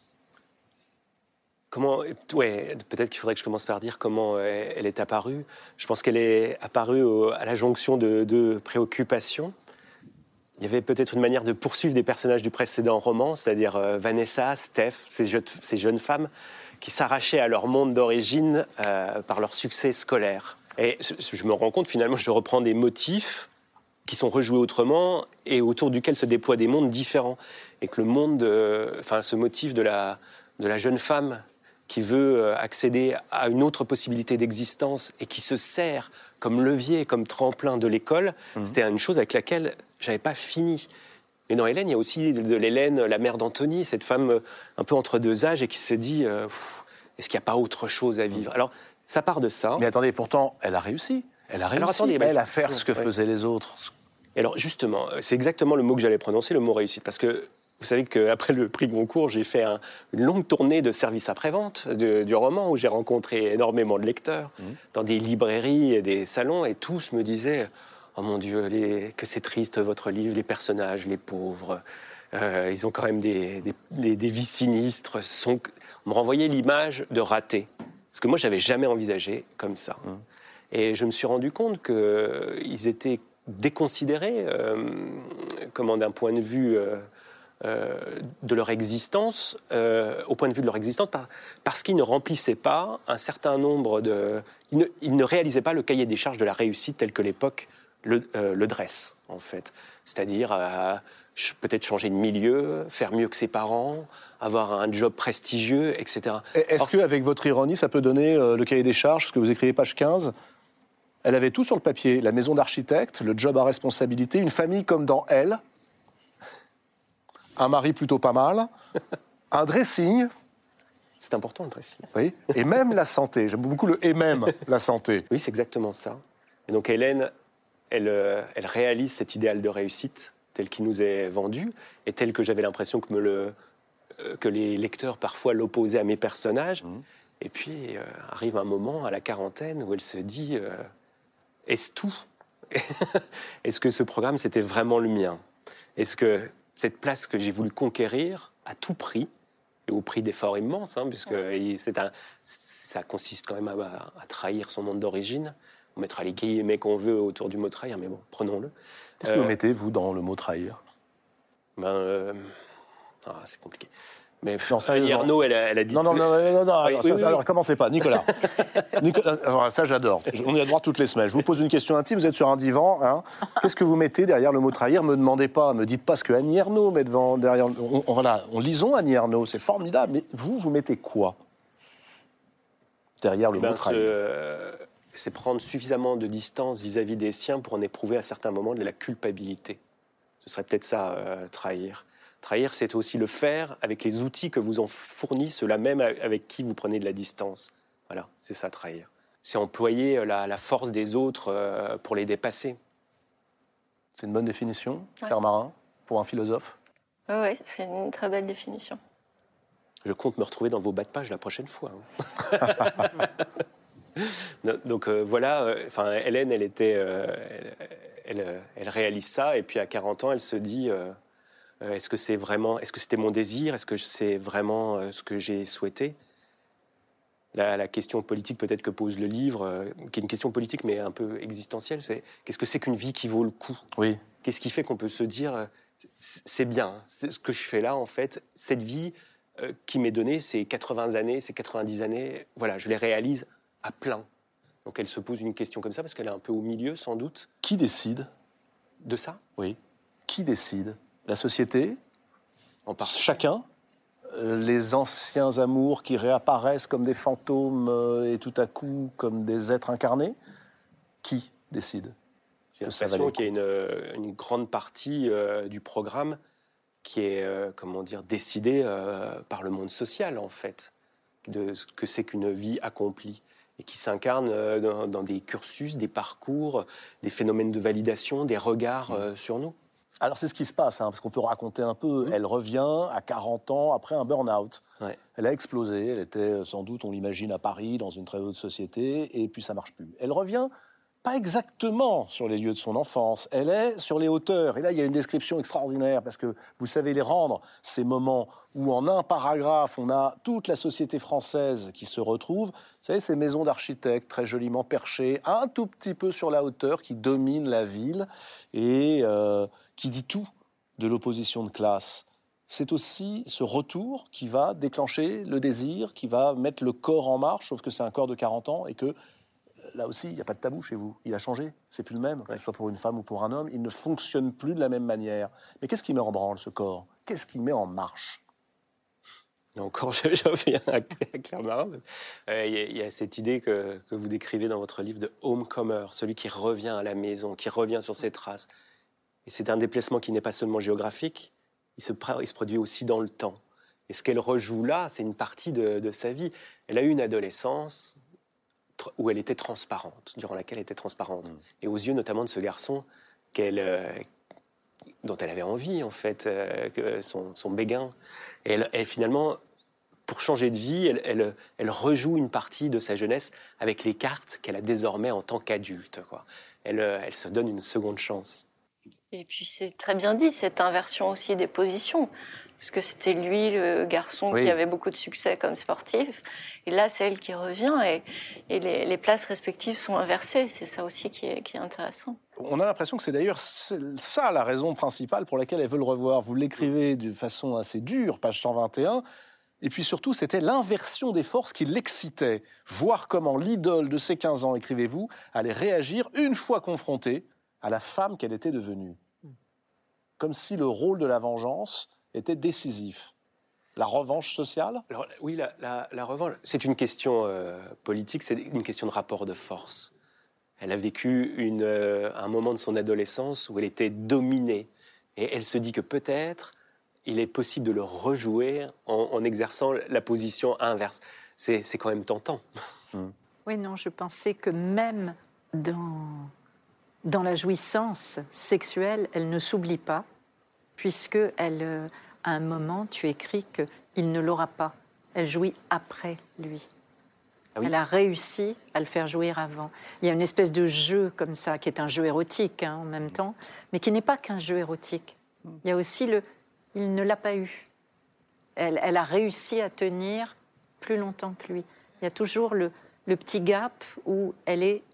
Comment, ouais, peut-être qu'il faudrait que je commence par dire comment elle est apparue. Je pense qu'elle est apparue au, à la jonction de deux préoccupations. Il y avait peut-être une manière de poursuivre des personnages du précédent roman, c'est-à-dire euh, Vanessa, Steph, ces, je, ces jeunes femmes qui s'arrachaient à leur monde d'origine euh, par leur succès scolaire. Et je me rends compte, finalement, je reprends des motifs qui sont rejoués autrement et autour duquel se déploient des mondes différents. Et que le monde, de, enfin, ce motif de la, de la jeune femme qui veut accéder à une autre possibilité d'existence et qui se sert comme levier, comme tremplin de l'école, mmh. c'était une chose avec laquelle j'avais pas fini. Mais dans Hélène, il y a aussi de l'Hélène, la mère d'Anthony, cette femme un peu entre deux âges et qui se dit euh, est-ce qu'il n'y a pas autre chose à vivre? Alors, ça part de ça. Mais attendez, pourtant, elle a réussi. Elle a réussi, alors, attendez, elle, bah, à faire ce que ouais. faisaient les autres. Et alors, justement, c'est exactement le mot que j'allais prononcer, le mot réussite, parce que vous savez qu'après le prix Goncourt, j'ai fait un, une longue tournée de service après-vente du roman où j'ai rencontré énormément de lecteurs mmh. dans des librairies et des salons et tous me disaient « Oh mon Dieu, les, que c'est triste votre livre, les personnages, les pauvres, euh, ils ont quand même des, des, des, des vies sinistres. » sont... On me renvoyait l'image de raté, ce que moi je n'avais jamais envisagé comme ça. Mmh. Et je me suis rendu compte qu'ils étaient déconsidérés, euh, comment d'un point de vue... Euh, Euh, de leur existence, euh, au point de vue de leur existence, par, parce qu'ils ne remplissaient pas un certain nombre de... Ils ne, ils ne réalisaient pas le cahier des charges de la réussite tel que l'époque le, euh, le dresse, en fait. C'est-à-dire euh, peut-être changer de milieu, faire mieux que ses parents, avoir un job prestigieux, et cetera. Est-ce qu'avec votre ironie, ça peut donner euh, le cahier des charges, ce que vous écrivez page quinze? Elle avait tout sur le papier, la maison d'architecte, le job à responsabilité, une famille comme dans Elle, un mari plutôt pas mal, un dressing. C'est important le dressing. Oui, et même la santé. J'aime beaucoup le « et même la santé ». Oui, c'est exactement ça. Et donc Hélène, elle, elle réalise cet idéal de réussite tel qu'il nous est vendu et tel que j'avais l'impression que, me le, que les lecteurs parfois l'opposaient à mes personnages. Mmh. Et puis euh, arrive un moment à la quarantaine où elle se dit euh, « Est-ce tout ? Est-ce que ce programme, c'était vraiment le mien ? Est-ce que... cette place que j'ai voulu conquérir à tout prix, et au prix d'efforts immenses, hein, puisque c'est un, ça consiste quand même à, à trahir son monde d'origine. On mettra les guillemets qu'on veut autour du mot trahir, mais bon, prenons-le. Qu'est-ce euh, que vous mettez, vous, dans le mot trahir? Ben, euh, ah, c'est compliqué. Mais Non, sérieusement. Arnaud, elle, a- elle a dit... Non, non, non, non, non, non, Oui, alors, oui, ça, oui. alors, commencez pas, Nicolas. Nicolas, alors, ça j'adore. On y a droit toutes les semaines. Je vous pose une question intime. Vous êtes sur un divan. Hein. Qu'est-ce que vous mettez derrière le mot trahir? Me demandez pas, me dites pas ce que Annie Ernaux met devant, derrière. On, on, voilà, on lisons Annie Ernaux, c'est formidable. Mais vous, vous mettez quoi derrière le Ben, mot trahir? ce- c'est prendre suffisamment de distance vis-à-vis des siens pour en éprouver à certains moments de la culpabilité. Ce serait peut-être ça, euh, trahir. Trahir, c'est aussi le faire avec les outils que vous ont fournis, ceux-là même avec qui vous prenez de la distance. Voilà, c'est ça, trahir. C'est employer la, la force des autres euh, pour les dépasser. C'est une bonne définition, Ouais. Claire Marin, pour un philosophe. Oui, ouais, c'est une très belle définition. Je compte me retrouver dans vos bas de page la prochaine fois. hein. Non, Donc euh, voilà, euh, enfin, Hélène, elle, était, euh, elle, elle, euh, elle réalise ça, et puis à quarante ans, elle se dit... euh, Euh, Est-ce que c'est vraiment, est-ce que c'était mon désir? Est-ce que c'est vraiment euh, ce que j'ai souhaité? la, la question politique peut-être que pose le livre, euh, qui est une question politique mais un peu existentielle, c'est qu'est-ce que c'est qu'une vie qui vaut le coup? Oui. Qu'est-ce qui fait qu'on peut se dire euh, c'est bien, hein, c'est ce que je fais là en fait, cette vie euh, qui m'est donnée, ces quatre-vingts années, ces quatre-vingt-dix années, voilà, je les réalise à plein. Donc elle se pose une question comme ça parce qu'elle est un peu au milieu sans doute Qui décide? de ça. Oui. Qui décide? La société? En partie. Chacun? Euh, Les anciens amours qui réapparaissent comme des fantômes euh, et tout à coup comme des êtres incarnés? Qui décide? J'ai Ça l'impression valait qu'il y a une, une grande partie euh, du programme qui est, euh, comment dire, décidée euh, par le monde social, en fait, de ce que c'est qu'une vie accomplie, et qui s'incarne euh, dans, dans des cursus, des parcours, des phénomènes de validation, des regards euh, sur nous. Alors c'est ce qui se passe, hein, parce qu'on peut raconter un peu. Elle revient à quarante ans après un burn-out. Ouais. Elle a explosé, elle était sans doute, on l'imagine, à Paris, dans une très haute société, et puis ça marche plus. Elle revient pas exactement sur les lieux de son enfance, elle est sur les hauteurs. Et là, il y a une description extraordinaire, parce que vous savez les rendre, ces moments où en un paragraphe, on a toute la société française qui se retrouve. Vous savez, ces maisons d'architectes très joliment perchées, un tout petit peu sur la hauteur, qui dominent la ville, et euh, qui dit tout de l'opposition de classe. C'est aussi ce retour qui va déclencher le désir, qui va mettre le corps en marche, sauf que c'est un corps de quarante ans, et que là aussi, il n'y a pas de tabou chez vous. Il a changé, c'est plus le même, que ce soit pour une femme ou pour un homme. Il ne fonctionne plus de la même manière. Mais qu'est-ce qui met en branle ce corps? Qu'est-ce qui met en marche? Et encore, je, je reviens à Claire Marin. Euh, Il y, a- il y a cette idée que, que vous décrivez dans votre livre de homecomer, celui qui revient à la maison, qui revient sur ses traces. Et c'est un déplacement qui n'est pas seulement géographique, il se, pr- il se produit aussi dans le temps. Et ce qu'elle rejoue là, c'est une partie de, de sa vie. Elle a eu une adolescence tr- où elle était transparente, durant laquelle elle était transparente. Mmh. Et aux yeux notamment de ce garçon qu'elle, euh, dont elle avait envie, en fait, euh, que son, son béguin. Et elle, elle, finalement, pour changer de vie, elle, elle, elle rejoue une partie de sa jeunesse avec les cartes qu'elle a désormais en tant qu'adulte, quoi. Elle, elle se donne une seconde chance. Et puis c'est très bien dit, cette inversion aussi des positions. Puisque c'était lui, le garçon, Oui. qui avait beaucoup de succès comme sportif. Et là, c'est elle qui revient et, et les, les places respectives sont inversées. C'est ça aussi qui est, qui est intéressant. On a l'impression que c'est d'ailleurs ça la raison principale pour laquelle elle veut le revoir. Vous l'écrivez de façon assez dure, page cent vingt et un. Et puis surtout, c'était l'inversion des forces qui l'excitait. Voir comment l'idole de ses quinze ans, écrivez-vous, allait réagir une fois confrontée à la femme qu'elle était devenue. Comme si le rôle de la vengeance était décisif. La revanche sociale? Alors oui, la, la, la revanche, c'est une question euh, politique, c'est une question de rapport de force. Elle a vécu une, euh, un moment de son adolescence où elle était dominée. Et elle se dit que peut-être il est possible de le rejouer en, en exerçant la position inverse. C'est, c'est quand même tentant. Mmh. Oui, non, je pensais que même dans, dans la jouissance sexuelle, elle ne s'oublie pas, puisque elle, euh, à un moment, tu écris qu'il ne l'aura pas. Elle jouit après lui. Ah oui. Elle a réussi à le faire jouir avant. Il y a une espèce de jeu comme ça, qui est un jeu érotique hein, en même temps, mais qui n'est pas qu'un jeu érotique. Il y a aussi le « il ne l'a pas eu ». Elle, elle a réussi à tenir plus longtemps que lui. Il y a toujours le, le petit gap où elle est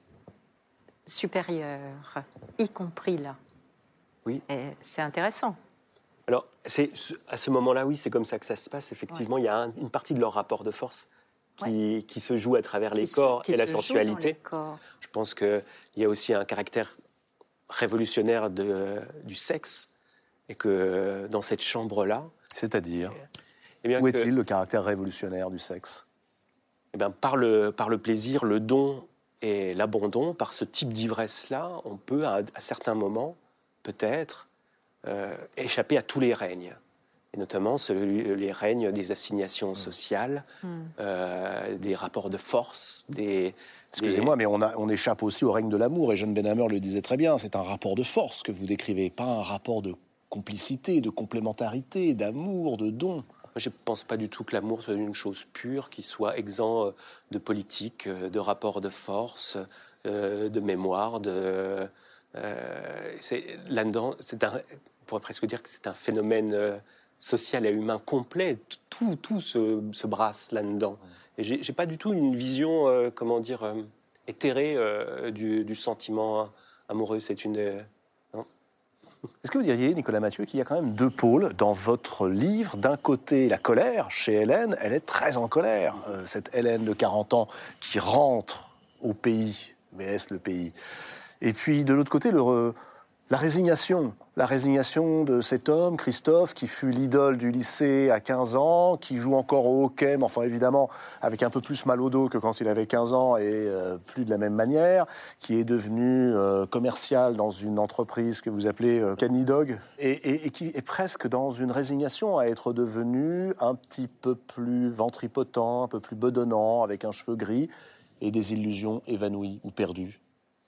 supérieure, y compris là. Oui. Et c'est intéressant. Alors, c'est, à ce moment-là, oui, c'est comme ça que ça se passe. Effectivement, ouais. il y a un, une partie de leur rapport de force qui, ouais. qui se joue à travers qui les corps se, et la sensualité. Je pense qu'il y a aussi un caractère révolutionnaire de, du sexe et que dans cette chambre-là... C'est-à-dire eh bien où que, est-il le caractère révolutionnaire du sexe? eh bien, par, le, par le plaisir, le don et l'abandon, par ce type d'ivresse-là, on peut, à, à certains moments, peut-être, euh, échapper à tous les règnes. Et notamment celui, les règnes des assignations sociales, mmh. euh, des rapports de force, des... Excusez-moi, des... mais on, a, on échappe aussi au règne de l'amour, et John Benhamer le disait très bien, c'est un rapport de force que vous décrivez, pas un rapport de complicité, de complémentarité, d'amour, de don. Je ne pense pas du tout que l'amour soit une chose pure, qui soit exempt de politique, de rapports de force, de mémoire. De, euh, c'est, là-dedans, c'est un, on pourrait presque dire que c'est un phénomène social et humain complet. Tout, tout se, se brasse là-dedans. Et j'ai, j'ai pas du tout une vision, euh, comment dire, euh, éthérée euh, du, du sentiment amoureux. C'est une... Est-ce que vous diriez, Nicolas Mathieu, qu'il y a quand même deux pôles dans votre livre? D'un côté, la colère. Chez Hélène, elle est très en colère. Euh, cette Hélène de quarante ans qui rentre au pays, mais est-ce le pays? Et puis, de l'autre côté, le, re... la résignation. La résignation de cet homme, Christophe, qui fut l'idole du lycée à quinze ans, qui joue encore au hockey, mais enfin évidemment avec un peu plus mal au dos que quand il avait quinze ans et euh, plus de la même manière, qui est devenu euh, commercial dans une entreprise que vous appelez euh, Canidog, et, et, et qui est presque dans une résignation à être devenu un petit peu plus ventripotent, un peu plus bedonnant, avec un cheveu gris et des illusions évanouies ou perdues.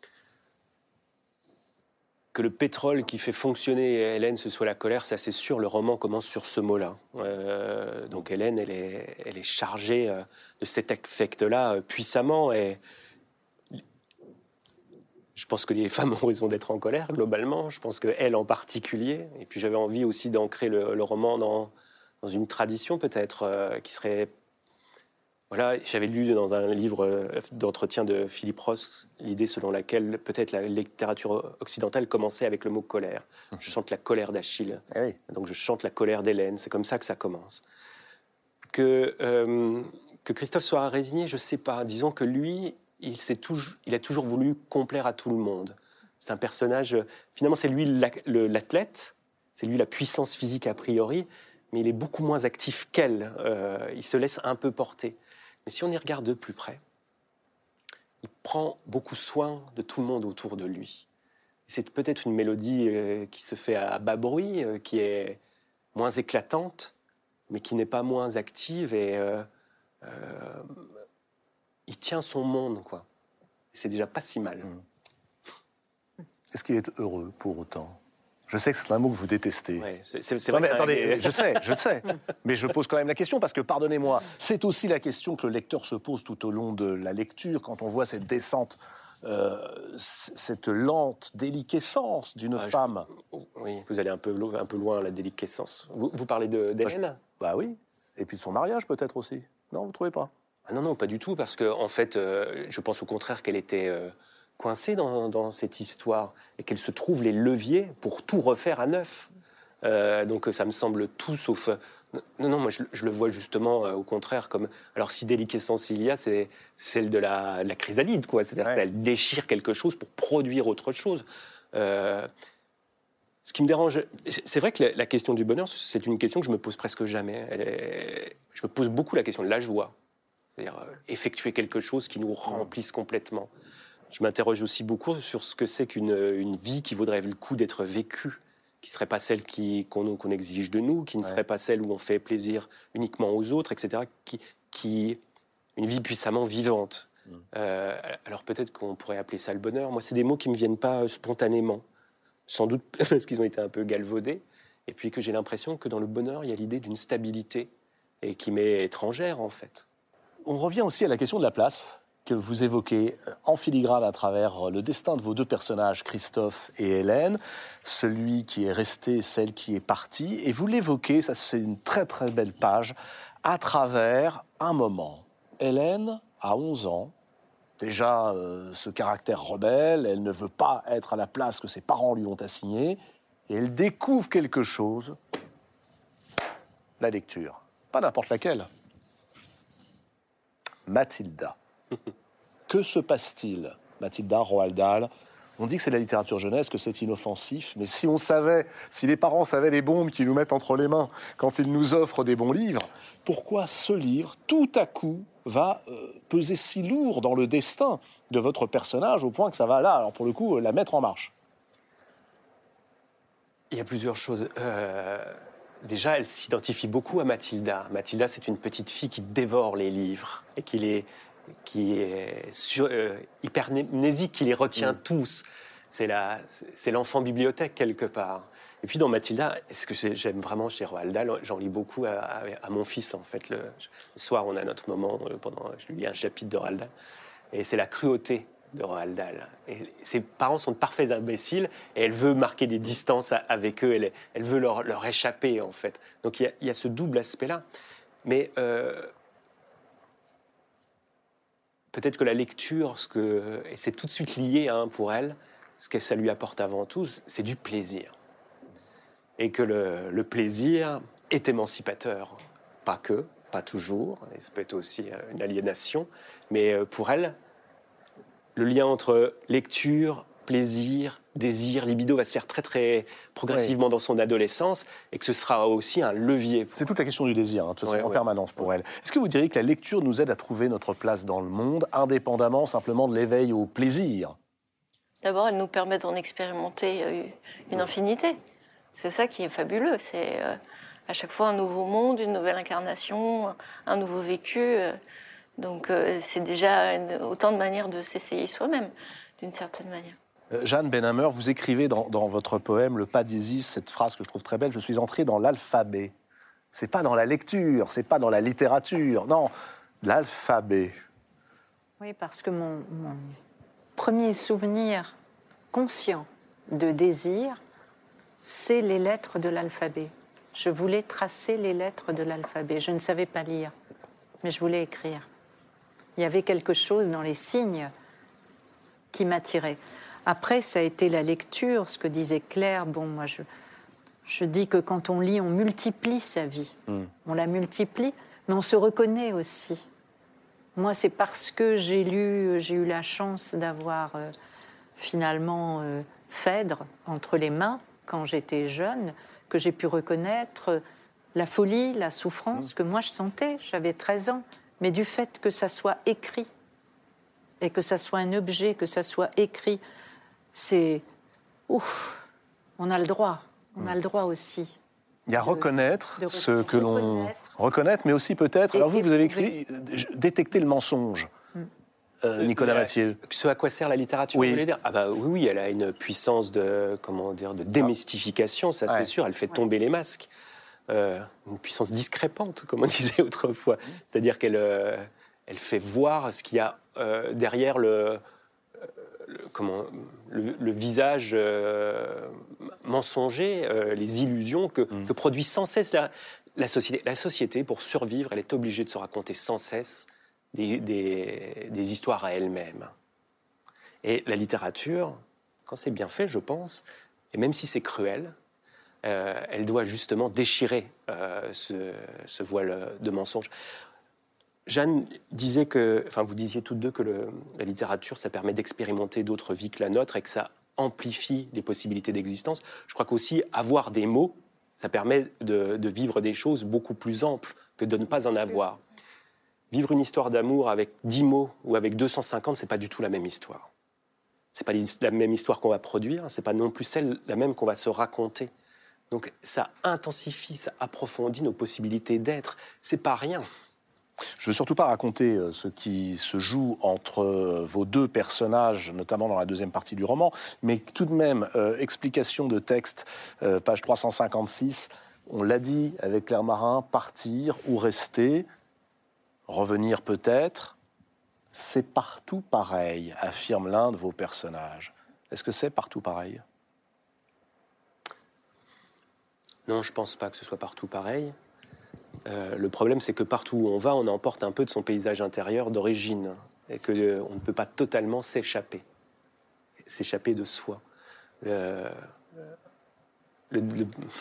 Que le pétrole qui fait fonctionner Hélène, ce soit la colère, ça c'est sûr, le roman commence sur ce mot-là. Euh, donc Hélène, elle est, elle est chargée euh, de cet affect-là euh, puissamment. Et je pense que les femmes ont raison d'être en colère, globalement. Je pense qu'elle en particulier. Et puis j'avais envie aussi d'ancrer le, le roman dans, dans une tradition peut-être euh, qui serait... Voilà, j'avais lu dans un livre d'entretien de Philippe Ross l'idée selon laquelle peut-être la littérature occidentale commençait avec le mot colère. Je chante la colère d'Achille, oui. Donc je chante la colère d'Hélène, c'est comme ça que ça commence. Que, euh, que Christophe soit résigné, je ne sais pas. Disons que lui, il, s'est toujours, il a toujours voulu complaire à tout le monde. C'est un personnage, finalement c'est lui l'athlète, c'est lui la puissance physique a priori, mais il est beaucoup moins actif qu'elle, euh, il se laisse un peu porter. Mais si on y regarde de plus près, il prend beaucoup soin de tout le monde autour de lui. C'est peut-être une mélodie euh, qui se fait à bas bruit, euh, qui est moins éclatante, mais qui n'est pas moins active. Et euh, euh, il tient son monde, quoi. Et c'est déjà pas si mal. Mmh. Est-ce qu'il est heureux pour autant ? Je sais que c'est un mot que vous détestez. Ouais, c'est, c'est, c'est non, vrai mais que attendez, un... je sais, je sais. Mais je pose quand même la question, parce que, pardonnez-moi, c'est aussi la question que le lecteur se pose tout au long de la lecture, quand on voit cette descente, euh, cette lente déliquescence d'une ah, femme. Je... Oui, vous allez un peu, un peu loin, la déliquescence. Vous, vous parlez de, d'Hélène ? bah, je... bah oui, et puis de son mariage peut-être aussi. Non, vous ne trouvez pas ? Ah non, non, pas du tout, parce qu'en en fait, euh, je pense au contraire qu'elle était... Euh... coincée dans, dans cette histoire et qu'elle se trouve les leviers pour tout refaire à neuf. Euh, donc ça me semble tout sauf... Non, non, moi je, je le vois justement euh, au contraire comme... Alors si déliquescence il y a, c'est celle de la, de la chrysalide, quoi. C'est-à-dire ouais. qu'elle déchire quelque chose pour produire autre chose. Euh, ce qui me dérange... C'est vrai que la, la question du bonheur, c'est une question que je me pose presque jamais. Elle est, je me pose beaucoup la question de la joie. C'est-à-dire euh, effectuer quelque chose qui nous remplisse complètement. Je m'interroge aussi beaucoup sur ce que c'est qu'une une vie qui vaudrait le coup d'être vécue, qui ne serait pas celle qui, qu'on, qu'on exige de nous, qui ne ouais. serait pas celle où on fait plaisir uniquement aux autres, et cetera. Qui, qui, une vie puissamment vivante. Mmh. Euh, alors peut-être qu'on pourrait appeler ça le bonheur. Moi, c'est des mots qui ne me viennent pas spontanément, sans doute parce qu'ils ont été un peu galvaudés, et puis que j'ai l'impression que dans le bonheur, il y a l'idée d'une stabilité, et qui m'est étrangère, en fait. On revient aussi à la question de la place que vous évoquez en filigrane à travers le destin de vos deux personnages, Christophe et Hélène, celui qui est resté, celle qui est partie, et vous l'évoquez, ça c'est une très très belle page, à travers un moment. Hélène a onze ans, déjà euh, ce caractère rebelle, elle ne veut pas être à la place que ses parents lui ont assignée, et elle découvre quelque chose la lecture. Pas n'importe laquelle. Mathilda. Que se passe-t-il, Mathilda, Roald Dahl? On dit que c'est de la littérature jeunesse, que c'est inoffensif, mais si on savait, si les parents savaient les bombes qu'ils nous mettent entre les mains quand ils nous offrent des bons livres, pourquoi ce livre, tout à coup, va euh, peser si lourd dans le destin de votre personnage, au point que ça va là, alors pour le coup, la mettre en marche? Il y a plusieurs choses. Euh, déjà, elle s'identifie beaucoup à Mathilda. Mathilda, c'est une petite fille qui dévore les livres et qui les... qui est sur, euh, hypermnésique, qui les retient mmh. tous. C'est, la, c'est l'enfant bibliothèque, quelque part. Et puis dans Mathilda, ce que j'aime vraiment chez Roald Dahl, j'en lis beaucoup à, à, à mon fils, en fait. Le, le soir, on a notre moment, pendant, je lui lis un chapitre de Roald Dahl, et c'est la cruauté de Roald Dahl. Et ses parents sont de parfaits imbéciles, et elle veut marquer des distances avec eux, elle, elle veut leur, leur échapper, en fait. Donc il y a, il y a ce double aspect-là. Mais... Euh, peut-être que la lecture, ce que, et c'est tout de suite lié hein, pour elle, ce que ça lui apporte avant tout, c'est du plaisir. Et que le, le plaisir est émancipateur. Pas que, pas toujours, et ça peut être aussi une aliénation, mais pour elle, le lien entre lecture, plaisir, désir, libido va se faire très très progressivement oui. dans son adolescence et que ce sera aussi un levier. C'est toute la question du désir, hein, ouais, en ouais. permanence pour ouais. elle. Est-ce que vous diriez que la lecture nous aide à trouver notre place dans le monde, indépendamment simplement de l'éveil au plaisir? D'abord, elle nous permet d'en expérimenter une infinité. C'est ça qui est fabuleux. C'est euh, à chaque fois un nouveau monde, une nouvelle incarnation, un nouveau vécu. Donc euh, c'est déjà une, autant de manières de s'essayer soi-même, d'une certaine manière. Jeanne Benhamer, vous écrivez dans, dans votre poème « Le pas d'Isis » cette phrase que je trouve très belle, « Je suis entré dans l'alphabet ». C'est pas dans la lecture, c'est pas dans la littérature, non, l'alphabet. Oui, parce que mon, mon premier souvenir conscient de désir, c'est les lettres de l'alphabet. Je voulais tracer les lettres de l'alphabet. Je ne savais pas lire, mais je voulais écrire. Il y avait quelque chose dans les signes qui m'attirait. Après, ça a été la lecture, ce que disait Claire. Bon, moi, je, je dis que quand on lit, on multiplie sa vie. Mm. On la multiplie, mais on se reconnaît aussi. Moi, c'est parce que j'ai lu, j'ai eu la chance d'avoir euh, finalement euh, Phèdre entre les mains quand j'étais jeune, que j'ai pu reconnaître la folie, la souffrance mm. que moi je sentais. J'avais treize ans. Mais du fait que ça soit écrit, et que ça soit un objet, que ça soit écrit, c'est... Ouf, on a le droit, on a le droit aussi. Il y a de, reconnaître de ce que l'on... Reconnaître, reconnaître mais aussi peut-être... Et, alors vous, vous avez écrit « Détecter le mensonge hum. ». Euh, Nicolas Mathieu. Ce à quoi sert la littérature, oui. vous voulez dire? Ah bah oui, oui, elle a une puissance de, comment dire, de démystification, ça ouais. c'est sûr, elle fait ouais. tomber les masques. Euh, une puissance discrépante, comme on disait autrefois. C'est-à-dire qu'elle euh, elle fait voir ce qu'il y a euh, derrière le, le, comment, le, le visage euh, mensonger, euh, les illusions que, mmh. que produit sans cesse la, la société. La société, pour survivre, elle est obligée de se raconter sans cesse des, des, des histoires à elle-même. Et la littérature, quand c'est bien fait, je pense, et même si c'est cruel, Euh, elle doit justement déchirer euh, ce, ce voile de mensonge. Jeanne disait que, enfin vous disiez toutes deux que le, la littérature, ça permet d'expérimenter d'autres vies que la nôtre et que ça amplifie les possibilités d'existence. Je crois qu'aussi avoir des mots, ça permet de, de vivre des choses beaucoup plus amples que de ne pas en avoir. Vivre une histoire d'amour avec dix mots ou avec deux cent cinquante, c'est pas du tout la même histoire. C'est pas la même histoire qu'on va produire, c'est pas non plus celle la même qu'on va se raconter. Donc ça intensifie, ça approfondit nos possibilités d'être. C'est pas rien. Je veux surtout pas raconter ce qui se joue entre vos deux personnages, notamment dans la deuxième partie du roman, mais tout de même, euh, explication de texte, euh, page trois cent cinquante-six, on l'a dit avec Claire Marin, partir ou rester, revenir peut-être, c'est partout pareil, affirme l'un de vos personnages. Est-ce que c'est partout pareil ? Non, je ne pense pas que ce soit partout pareil. Euh, le problème, c'est que partout où on va, on emporte un peu de son paysage intérieur d'origine et qu'on euh, ne peut pas totalement s'échapper, s'échapper de soi. Le, le, le,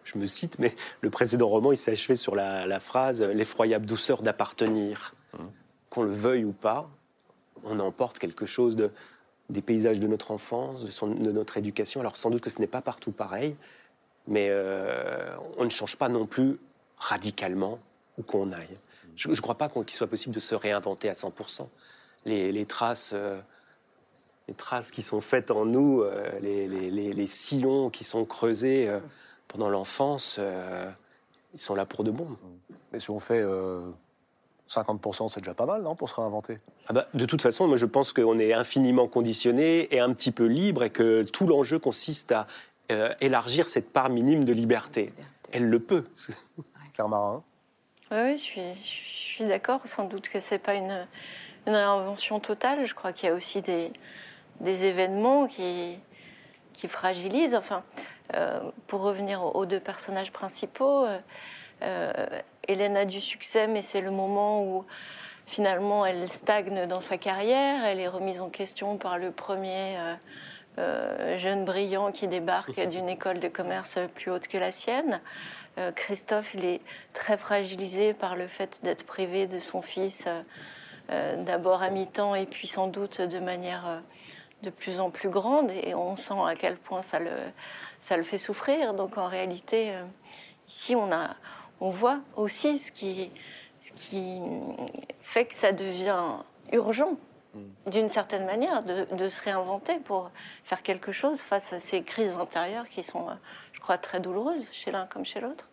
je me cite, mais le précédent roman, il s'est achevé sur la, la phrase « l'effroyable douceur d'appartenir mmh. ». Qu'on le veuille ou pas, on emporte quelque chose de, des paysages de notre enfance, de, son, de notre éducation. Alors sans doute que ce n'est pas partout pareil, mais euh, on ne change pas non plus radicalement où qu'on aille. Je ne crois pas qu'il soit possible de se réinventer à cent pour cent. Les, les traces... Euh, les traces qui sont faites en nous, euh, les, les, les, les sillons qui sont creusés euh, pendant l'enfance, euh, ils sont là pour de bon. Mais si on fait euh, cinquante pour cent, c'est déjà pas mal, non, pour se réinventer? Ah bah, de toute façon, moi je pense qu'on est infiniment conditionné et un petit peu libre et que tout l'enjeu consiste à euh, élargir cette part minime de liberté. Elle le peut. Claire Marin? Oui, je suis, je suis d'accord. Sans doute que c'est pas une, une réinvention totale. Je crois qu'il y a aussi des... des événements qui, qui fragilisent. Enfin, euh, pour revenir aux deux personnages principaux, euh, euh, Hélène a du succès, mais c'est le moment où finalement elle stagne dans sa carrière. Elle est remise en question par le premier euh, euh, jeune brillant qui débarque d'une école de commerce plus haute que la sienne. Euh, Christophe, il est très fragilisé par le fait d'être privé de son fils, euh, euh, d'abord à mi-temps et puis sans doute de manière... Euh, de plus en plus grande, et on sent à quel point ça le, ça le fait souffrir. Donc en réalité, euh, ici, on, a, on voit aussi ce qui, ce qui fait que ça devient urgent, mmh. d'une certaine manière, de, de se réinventer pour faire quelque chose face à ces crises intérieures qui sont, je crois, très douloureuses, chez l'un comme chez l'autre.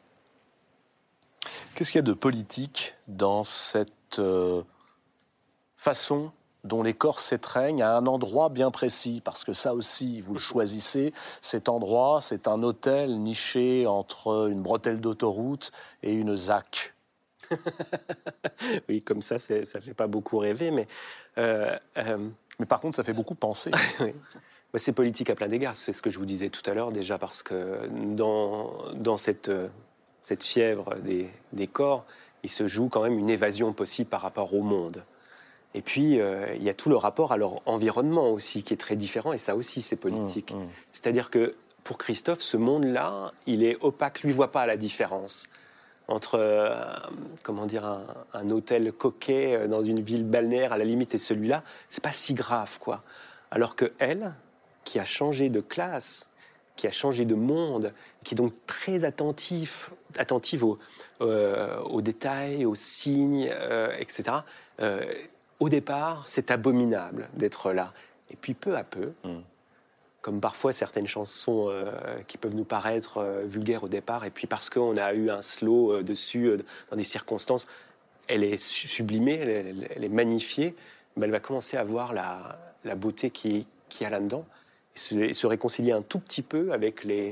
Qu'est-ce qu'il y a de politique dans cette euh, façon dont les corps s'étreignent à un endroit bien précis, parce que ça aussi, vous le choisissez, cet endroit, c'est un hôtel niché entre une bretelle d'autoroute et une Z A C. Oui, comme ça, c'est, ça ne fait pas beaucoup rêver, mais... Euh, euh... Mais par contre, ça fait beaucoup penser. Oui. C'est politique à plein d'égards, c'est ce que je vous disais tout à l'heure, déjà, parce que dans, dans cette, cette fièvre des, des corps, il se joue quand même une évasion possible par rapport au monde. Et puis, euh, il y a tout le rapport à leur environnement aussi, qui est très différent, et ça aussi, c'est politique. Mmh, mmh. C'est-à-dire que, pour Christophe, ce monde-là, il est opaque, lui ne voit pas la différence entre, euh, comment dire, un, un hôtel coquet dans une ville balnéaire, à la limite, et celui-là, c'est pas si grave, quoi. Alors que elle, qui a changé de classe, qui a changé de monde, qui est donc très attentif, attentive aux, euh, aux détails, aux signes, euh, et cetera, euh, au départ, c'est abominable d'être là. Et puis, peu à peu, mmh. comme parfois certaines chansons euh, qui peuvent nous paraître euh, vulgaires au départ, et puis parce qu'on a eu un slow euh, dessus, euh, dans des circonstances, elle est sublimée, elle, elle, elle est magnifiée, mais elle va commencer à voir la, la beauté qui, qui y a là-dedans, et se, et se réconcilier un tout petit peu avec les,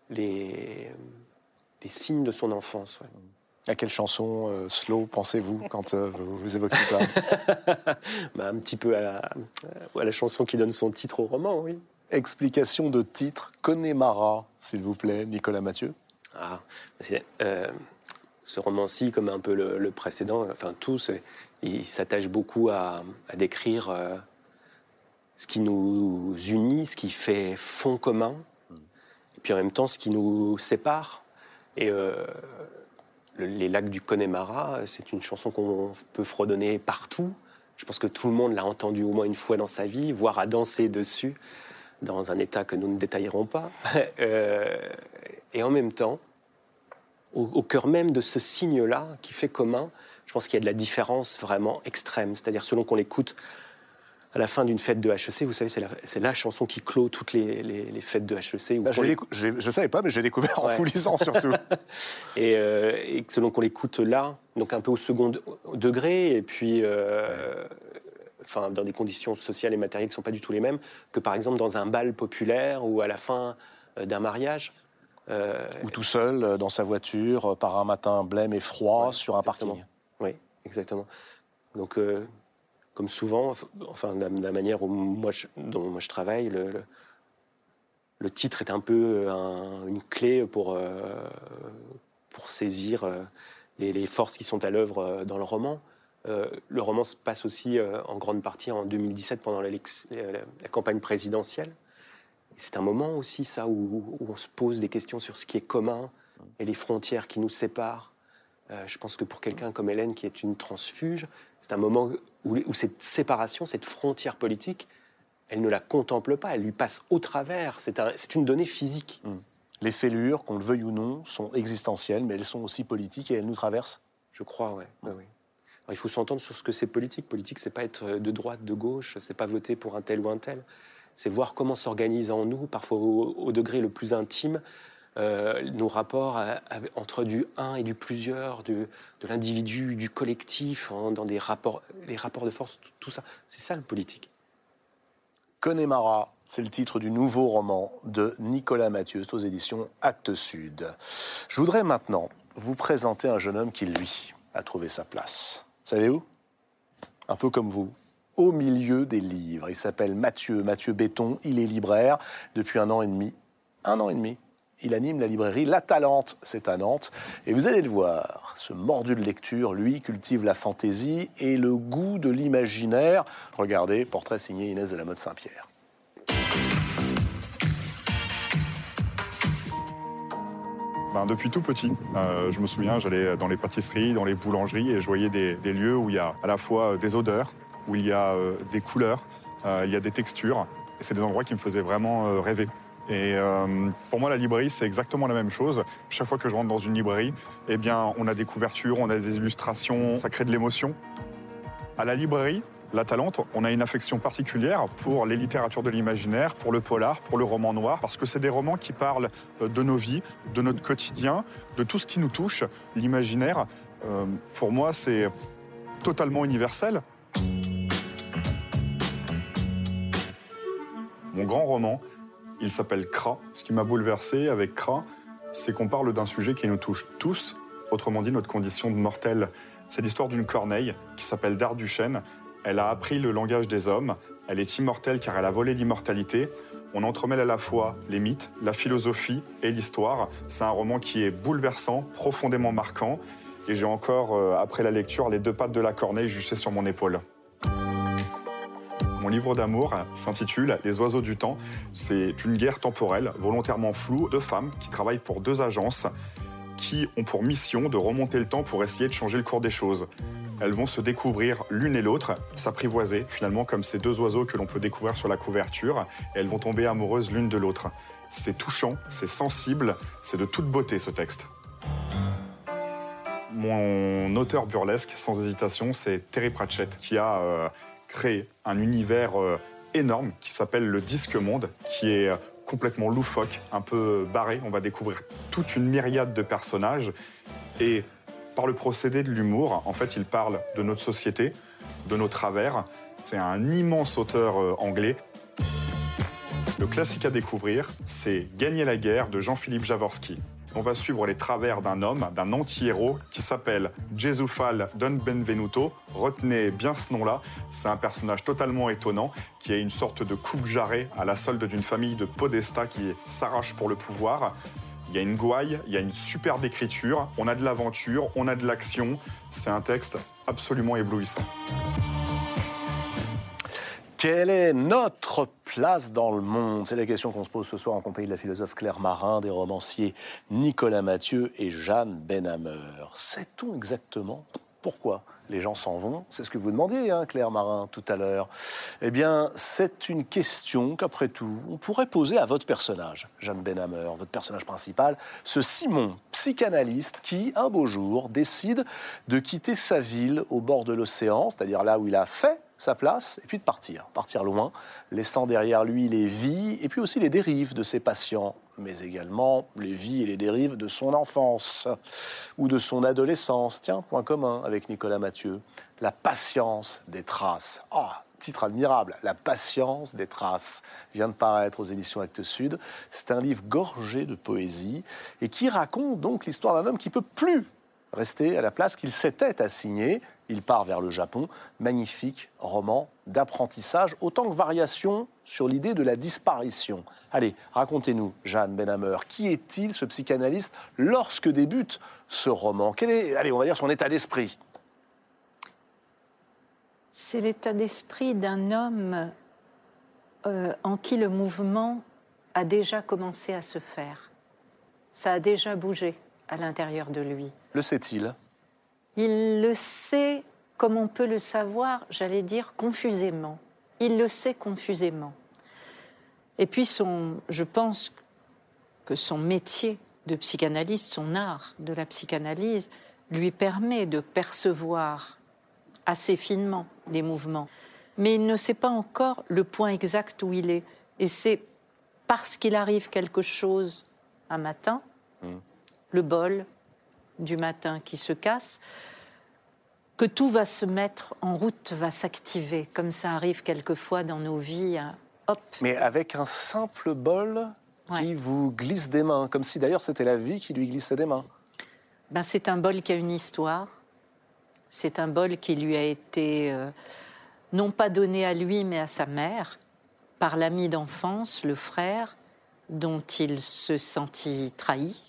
les, les signes de son enfance. Ouais. À quelle chanson euh, slow pensez-vous quand euh, vous, vous évoquez cela? bah, Un petit peu à, à la chanson qui donne son titre au roman, oui. Explication de titre, Connemara, s'il vous plaît, Nicolas Mathieu. Ah, c'est, euh, ce roman-ci, comme un peu le, le précédent, enfin tous, il s'attache beaucoup à, à décrire euh, ce qui nous unit, ce qui fait fond commun, mm. et puis en même temps ce qui nous sépare. Et euh, Les lacs du Connemara, c'est une chanson qu'on peut fredonner partout. Je pense que tout le monde l'a entendue au moins une fois dans sa vie, voire a dansé dessus, dans un état que nous ne détaillerons pas. euh, et en même temps, au, au cœur même de ce signe-là, qui fait commun, je pense qu'il y a de la différence vraiment extrême. C'est-à-dire, selon qu'on l'écoute à la fin d'une fête de H E C, vous savez, c'est la, c'est la chanson qui clôt toutes les, les, les fêtes de H E C. Bah, je ne savais pas, mais j'ai découvert ouais. en vous lisant surtout. et, euh, et selon qu'on l'écoute là, donc un peu au second degré, et puis euh, enfin, dans des conditions sociales et matérielles qui ne sont pas du tout les mêmes, que par exemple dans un bal populaire ou à la fin d'un mariage. Euh, ou tout seul, dans sa voiture, par un matin blême et froid, ouais, sur un exactement. parking. Oui, exactement. Donc... Euh, Comme souvent, enfin, de la manière où moi je, dont moi je travaille, le, le, le titre est un peu un, une clé pour, euh, pour saisir euh, les, les forces qui sont à l'œuvre dans le roman. Euh, le roman se passe aussi euh, en grande partie en deux mille dix-sept pendant la, la campagne présidentielle. Et c'est un moment aussi, ça, où, où on se pose des questions sur ce qui est commun et les frontières qui nous séparent. Euh, je pense que pour quelqu'un comme Hélène, qui est une transfuge, c'est un moment où, où cette séparation, cette frontière politique, elle ne la contemple pas, elle lui passe au travers. C'est, un, c'est une donnée physique. Mmh. Les fêlures, qu'on le veuille ou non, sont existentielles, mais elles sont aussi politiques et elles nous traversent. Je crois, ouais. Mmh. ouais, ouais. Alors, il faut s'entendre sur ce que c'est politique. Politique, c'est pas être de droite, de gauche, c'est pas voter pour un tel ou un tel. C'est voir comment s'organise en nous, parfois au, au degré le plus intime, euh, nos rapports à, à, entre du un et du plusieurs, du, de l'individu, du collectif, hein, dans des rapports, les rapports de force, tout, tout ça. C'est ça le politique. Connemara, c'est le titre du nouveau roman de Nicolas Mathieu, c'est aux éditions Actes Sud. Je voudrais maintenant vous présenter un jeune homme qui, lui, a trouvé sa place. Vous savez où ? Un peu comme vous, au milieu des livres. Il s'appelle Mathieu, Mathieu Béton, il est libraire depuis un an et demi. Un an et demi. Il anime la librairie La Talente, c'est à Nantes. Et vous allez le voir, ce mordu de lecture, lui, cultive la fantaisie et le goût de l'imaginaire. Regardez, portrait signé Inès de la Motte Saint-Pierre. Ben, depuis tout petit, euh, je me souviens, j'allais dans les pâtisseries, dans les boulangeries et je voyais des, des lieux où il y a à la fois des odeurs, où il y a euh, des couleurs, euh, il y a des textures. Et c'est des endroits qui me faisaient vraiment euh, rêver. Et euh, pour moi, la librairie, c'est exactement la même chose. Chaque fois que je rentre dans une librairie, eh bien, on a des couvertures, on a des illustrations, ça crée de l'émotion. À la librairie, La Talente, on a une affection particulière pour les littératures de l'imaginaire, pour le polar, pour le roman noir, parce que c'est des romans qui parlent de nos vies, de notre quotidien, de tout ce qui nous touche. L'imaginaire, euh, pour moi, c'est totalement universel. Mon grand roman, il s'appelle Cra. Ce qui m'a bouleversé avec Cra, c'est qu'on parle d'un sujet qui nous touche tous, autrement dit notre condition de mortel. C'est l'histoire d'une corneille qui s'appelle Dard Duchesne. Elle a appris le langage des hommes, elle est immortelle car elle a volé l'immortalité. On entremêle à la fois les mythes, la philosophie et l'histoire. C'est un roman qui est bouleversant, profondément marquant. Et j'ai encore, euh, après la lecture, les deux pattes de la corneille juchées sur mon épaule. Mon livre d'amour s'intitule « Les oiseaux du temps ». C'est une guerre temporelle, volontairement floue, de femmes qui travaillent pour deux agences qui ont pour mission de remonter le temps pour essayer de changer le cours des choses. Elles vont se découvrir l'une et l'autre, s'apprivoiser, finalement comme ces deux oiseaux que l'on peut découvrir sur la couverture, et elles vont tomber amoureuses l'une de l'autre. C'est touchant, c'est sensible, c'est de toute beauté ce texte. Mon auteur burlesque, sans hésitation, c'est Terry Pratchett, qui a euh, créé un univers euh, énorme qui s'appelle le Disque Monde, qui est euh, complètement loufoque, un peu barré. On va découvrir toute une myriade de personnages. Et par le procédé de l'humour, en fait, il parle de notre société, de nos travers. C'est un immense auteur euh, anglais. Le classique à découvrir, c'est Gagner la guerre de Jean-Philippe Jaworski. On va suivre les travers d'un homme, d'un anti-héros qui s'appelle Gesufal Don Benvenuto. Retenez bien ce nom-là. C'est un personnage totalement étonnant qui a une sorte de coupe jarret à la solde d'une famille de Podesta qui s'arrache pour le pouvoir. Il y a une gouaille, il y a une superbe écriture, on a de l'aventure, on a de l'action. C'est un texte absolument éblouissant. Quelle est notre place dans le monde ? C'est la question qu'on se pose ce soir en compagnie de la philosophe Claire Marin, des romanciers Nicolas Mathieu et Jeanne Benhammer. Sait-on exactement pourquoi les gens s'en vont ? C'est ce que vous demandiez, hein, Claire Marin, tout à l'heure. Eh bien, c'est une question qu'après tout, on pourrait poser à votre personnage, Jeanne Benhammer, votre personnage principal, ce Simon, psychanalyste, qui, un beau jour, décide de quitter sa ville au bord de l'océan, c'est-à-dire là où il a fait sa place, et puis de partir, partir loin, laissant derrière lui les vies, et puis aussi les dérives de ses patients, mais également les vies et les dérives de son enfance, ou de son adolescence. Tiens, point commun avec Nicolas Mathieu, la patience des traces. Ah, titre admirable, La patience des traces, vient de paraître aux éditions Actes Sud. C'est un livre gorgé de poésie, et qui raconte donc l'histoire d'un homme qui ne peut plus rester à la place qu'il s'était assigné. Il part vers le Japon. Magnifique roman d'apprentissage, autant que variation sur l'idée de la disparition. Allez, racontez-nous, Jeanne Benhammer, qui est-il, ce psychanalyste, lorsque débute ce roman ? Quel est, allez, on va dire, son état d'esprit ? C'est l'état d'esprit d'un homme euh, en qui le mouvement a déjà commencé à se faire. Ça a déjà bougé. à l'intérieur de lui. Le sait-il ? Il le sait comme on peut le savoir, j'allais dire, confusément. Il le sait confusément. Et puis, son, je pense que son métier de psychanalyste, son art de la psychanalyse, lui permet de percevoir assez finement les mouvements. Mais il ne sait pas encore le point exact où il est. Et c'est parce qu'il arrive quelque chose un matin, mmh. le bol du matin qui se casse, que tout va se mettre en route, va s'activer, comme ça arrive quelquefois dans nos vies. Hein, hop. Mais avec un simple bol qui ouais. vous glisse des mains, comme si d'ailleurs c'était la vie qui lui glissait des mains. Ben, c'est un bol qui a une histoire. C'est un bol qui lui a été, euh, non pas donné à lui, mais à sa mère, par l'ami d'enfance, le frère, dont il se sentit trahi.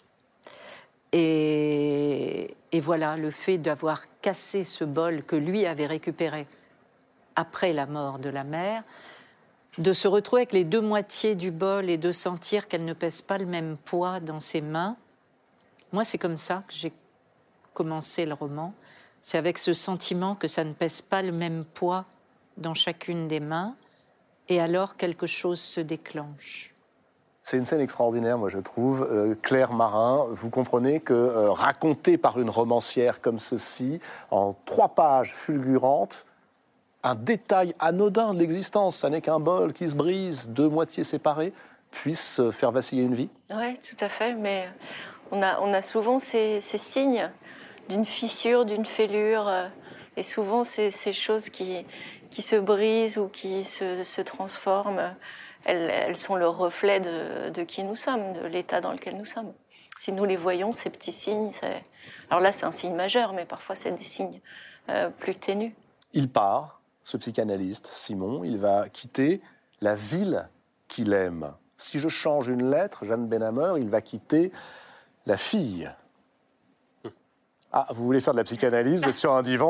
Et, et voilà, le fait d'avoir cassé ce bol que lui avait récupéré après la mort de la mère, de se retrouver avec les deux moitiés du bol et de sentir qu'elle ne pèse pas le même poids dans ses mains. Moi, c'est comme ça que j'ai commencé le roman. C'est avec ce sentiment que ça ne pèse pas le même poids dans chacune des mains. Et alors, quelque chose se déclenche. C'est une scène extraordinaire, moi, je trouve. Euh, Claire Marin, vous comprenez que euh, raconter par une romancière comme ceci, en trois pages fulgurantes, un détail anodin de l'existence, ça n'est qu'un bol qui se brise, deux moitiés séparées, puisse faire vaciller une vie ? Oui, tout à fait, mais on a, on a souvent ces, ces signes d'une fissure, d'une fêlure, euh, et souvent ces, ces choses qui, qui se brisent ou qui se, se transforment. Elles, elles sont le reflet de, de qui nous sommes, de l'état dans lequel nous sommes. Si nous les voyons, ces petits signes, c'est... alors là c'est un signe majeur, mais parfois c'est des signes euh, plus ténus. Il part, ce psychanalyste, Simon, il va quitter la ville qu'il aime. Si je change une lettre, Jeanne Benhammer, il va quitter la fille. Ah, vous voulez faire de la psychanalyse, vous êtes sur un divan ?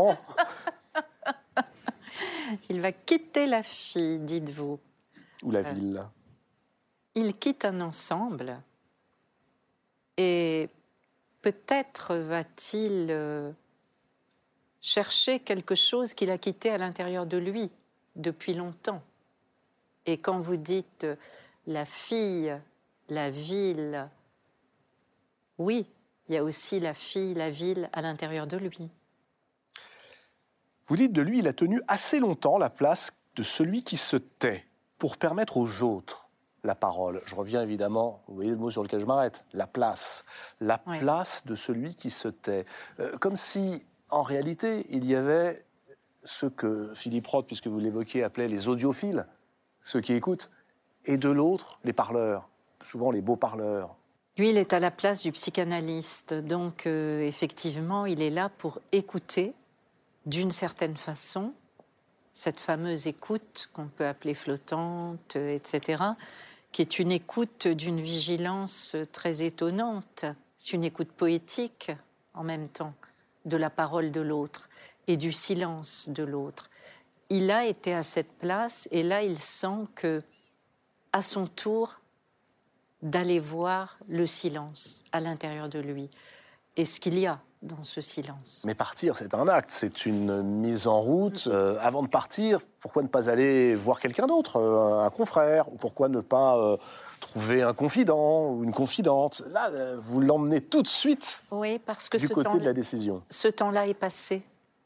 Il va quitter la fille, dites-vous. Ou la ville. Euh, il quitte un ensemble et peut-être va-t-il euh, chercher quelque chose qu'il a quitté à l'intérieur de lui depuis longtemps. Et quand vous dites euh, la fille, la ville, oui, il y a aussi la fille, la ville à l'intérieur de lui. Vous dites de lui, il a tenu assez longtemps la place de celui qui se tait, pour permettre aux autres la parole. Je reviens évidemment, vous voyez le mot sur lequel je m'arrête, la place. La oui. place de celui qui se tait. Euh, comme si, en réalité, il y avait ce que Philippe Roth, puisque vous l'évoquiez, appelait les audiophiles, ceux qui écoutent, et de l'autre, les parleurs, souvent les beaux parleurs. Lui, il est à la place du psychanalyste, donc euh, effectivement, il est là pour écouter, d'une certaine façon, cette fameuse écoute qu'on peut appeler flottante, et cetera, qui est une écoute d'une vigilance très étonnante. C'est une écoute poétique, en même temps, de la parole de l'autre et du silence de l'autre. Il a été à cette place, et là, il sent que, à son tour, d'aller voir le silence à l'intérieur de lui. Et ce qu'il y a dans ce silence. Mais partir, c'est un acte, c'est une mise en route. Euh, avant de partir, pourquoi ne pas aller voir quelqu'un d'autre, euh, un confrère, ou pourquoi ne pas euh, trouver un confident ou une confidente ? Là, euh, vous l'emmenez tout de suite oui, parce que du ce côté temps, de la décision. Ce temps-là est passé.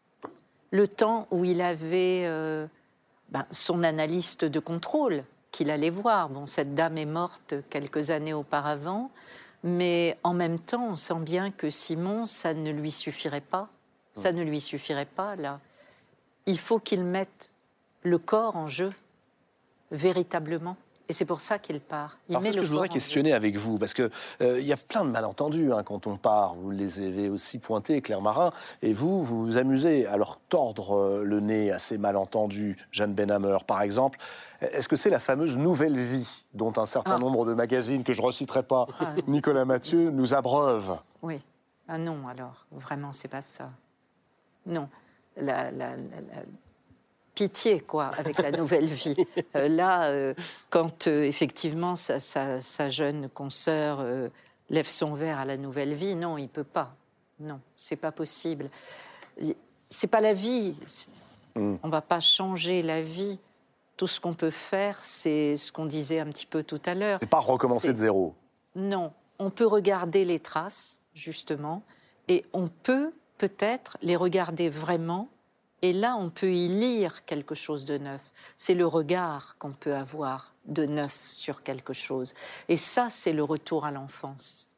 Le temps où il avait euh, ben, son analyste de contrôle qu'il allait voir. Bon, cette dame est morte quelques années auparavant. Mais en même temps, on sent bien que Simon, ça ne lui suffirait pas. Ça ne lui suffirait pas, là. Il faut qu'il mette le corps en jeu, véritablement. Et c'est pour ça qu'il part. Il Alors met c'est ce le que je voudrais corps en questionner jeu. avec vous, parce qu'il euh, y a plein de malentendus hein, quand on part. Vous les avez aussi pointés, Claire Marin, et vous, vous vous amusez à leur tordre euh, le nez à ces malentendus. Jeanne Benhammer, par exemple. Est-ce que c'est la fameuse nouvelle vie dont un certain ah. nombre de magazines, que je ne reciterai pas, ah. Nicolas Mathieu, nous abreuvent ? Oui. Ah non, alors, vraiment, c'est pas ça. Non. La... la, la, la... Pitié, quoi, avec la nouvelle vie. Euh, là, euh, quand, euh, effectivement, sa, sa, sa jeune consoeur euh, lève son verre à la nouvelle vie. Non, il ne peut pas. Non, c'est pas possible. C'est pas la vie. Mm. On ne va pas changer la vie. Tout ce qu'on peut faire, c'est ce qu'on disait un petit peu tout à l'heure. C'est pas recommencer c'est... de zéro. Non, on peut regarder les traces, justement, et on peut peut-être les regarder vraiment, et là, on peut y lire quelque chose de neuf. C'est le regard qu'on peut avoir de neuf sur quelque chose. Et ça, c'est le retour à l'enfance.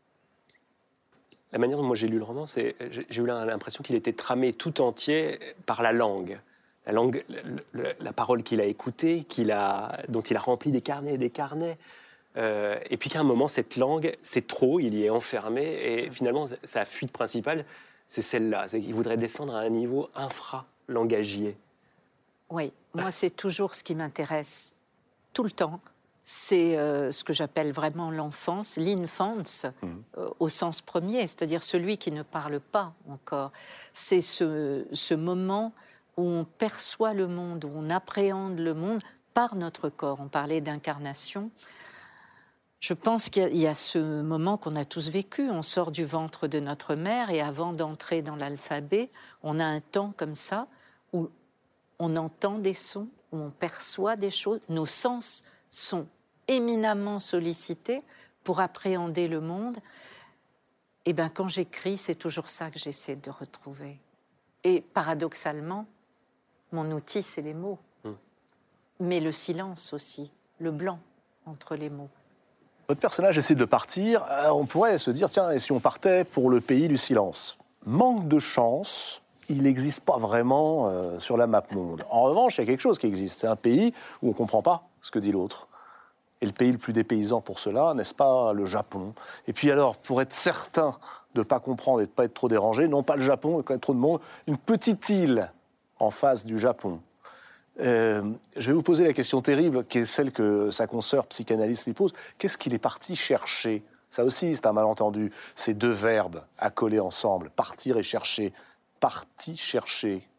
La manière dont moi j'ai lu le roman, c'est, j'ai eu l'impression qu'il était tramé tout entier par la langue. La langue, la, la parole qu'il a écoutée, qu'il a, dont il a rempli des carnets et des carnets. Euh, et puis qu'à un moment, cette langue, c'est trop, il y est enfermé, et finalement, sa fuite principale, c'est celle-là. C'est qu'il voudrait descendre à un niveau infra-langagier. Oui, moi, c'est toujours ce qui m'intéresse, tout le temps. C'est euh, ce que j'appelle vraiment l'enfance, l'infance, mmh. euh, au sens premier, c'est-à-dire celui qui ne parle pas encore. C'est ce, ce moment où on perçoit le monde, où on appréhende le monde par notre corps. On parlait d'incarnation. Je pense qu'il y a, il y a ce moment qu'on a tous vécu. On sort du ventre de notre mère et avant d'entrer dans l'alphabet, on a un temps comme ça où on entend des sons, où on perçoit des choses. Nos sens sont éminemment sollicités pour appréhender le monde. Et bien, quand j'écris, c'est toujours ça que j'essaie de retrouver. Et paradoxalement, mon outil, c'est les mots. Mmh. Mais le silence aussi, le blanc entre les mots. Votre personnage essaie de partir. On pourrait se dire, tiens, et si on partait pour le pays du silence ? Manque de chance, il n'existe pas vraiment euh, sur la map monde. En revanche, il y a quelque chose qui existe. C'est un pays où on ne comprend pas ce que dit l'autre. Et le pays le plus dépaysant pour cela, n'est-ce pas, le Japon ? Et puis alors, pour être certain de ne pas comprendre et de ne pas être trop dérangé, non pas le Japon, il y a trop de monde, une petite île en face du Japon. Euh, je vais vous poser la question terrible, qui est celle que sa consoeur psychanalyste lui pose. Qu'est-ce qu'il est parti chercher ? Ça aussi, c'est un malentendu. Ces deux verbes accolés ensemble, partir et chercher. Parti chercher.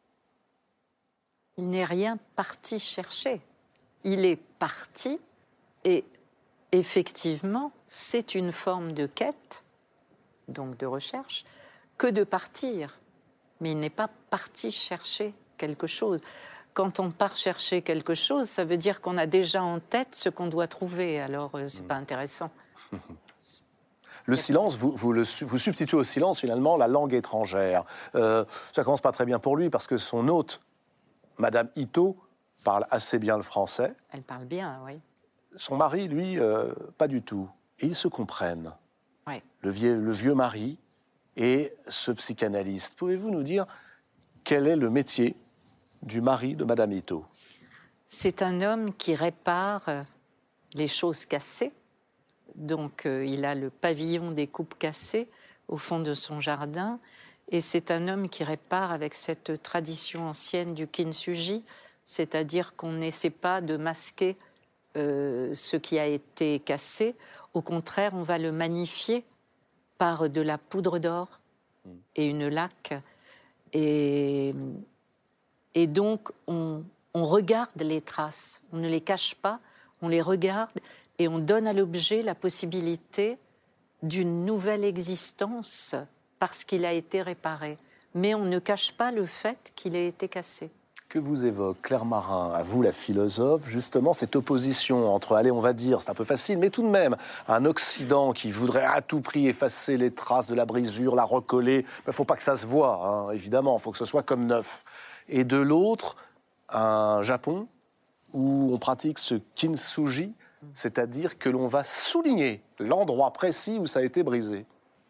Il n'est rien parti chercher. Il est parti et effectivement, c'est une forme de quête, donc de recherche, que de partir. Mais il n'est pas parti chercher quelque chose. Quand on part chercher quelque chose, ça veut dire qu'on a déjà en tête ce qu'on doit trouver. Alors, euh, c'est mmh. pas intéressant. Le silence, vous, vous, le, vous substituez au silence, finalement, la langue étrangère. Euh, ça commence pas très bien pour lui, parce que son hôte, Madame Ito, parle assez bien le français. Elle parle bien, oui. Son mari, lui, euh, pas du tout. Et ils se comprennent. Oui. Le vieux, le vieux mari et ce psychanalyste. Pouvez-vous nous dire quel est le métier du mari de Madame Ito ? C'est un homme qui répare les choses cassées. Donc, euh, il a le pavillon des coupes cassées au fond de son jardin. Et c'est un homme qui répare avec cette tradition ancienne du kintsugi, c'est-à-dire qu'on n'essaie pas de masquer euh, ce qui a été cassé. Au contraire, on va le magnifier par de la poudre d'or et une laque. Et... Et donc, on, on regarde les traces, on ne les cache pas, on les regarde et on donne à l'objet la possibilité d'une nouvelle existence parce qu'il a été réparé. Mais on ne cache pas le fait qu'il ait été cassé. Que vous évoque Claire Marin, à vous la philosophe, justement cette opposition entre, allez, on va dire, c'est un peu facile, mais tout de même, un Occident qui voudrait à tout prix effacer les traces de la brisure, la recoller, il ne faut pas que ça se voie, hein, évidemment, il faut que ce soit comme neuf. Et de l'autre, un Japon où on pratique ce kintsugi, c'est-à-dire que l'on va souligner l'endroit précis où ça a été brisé.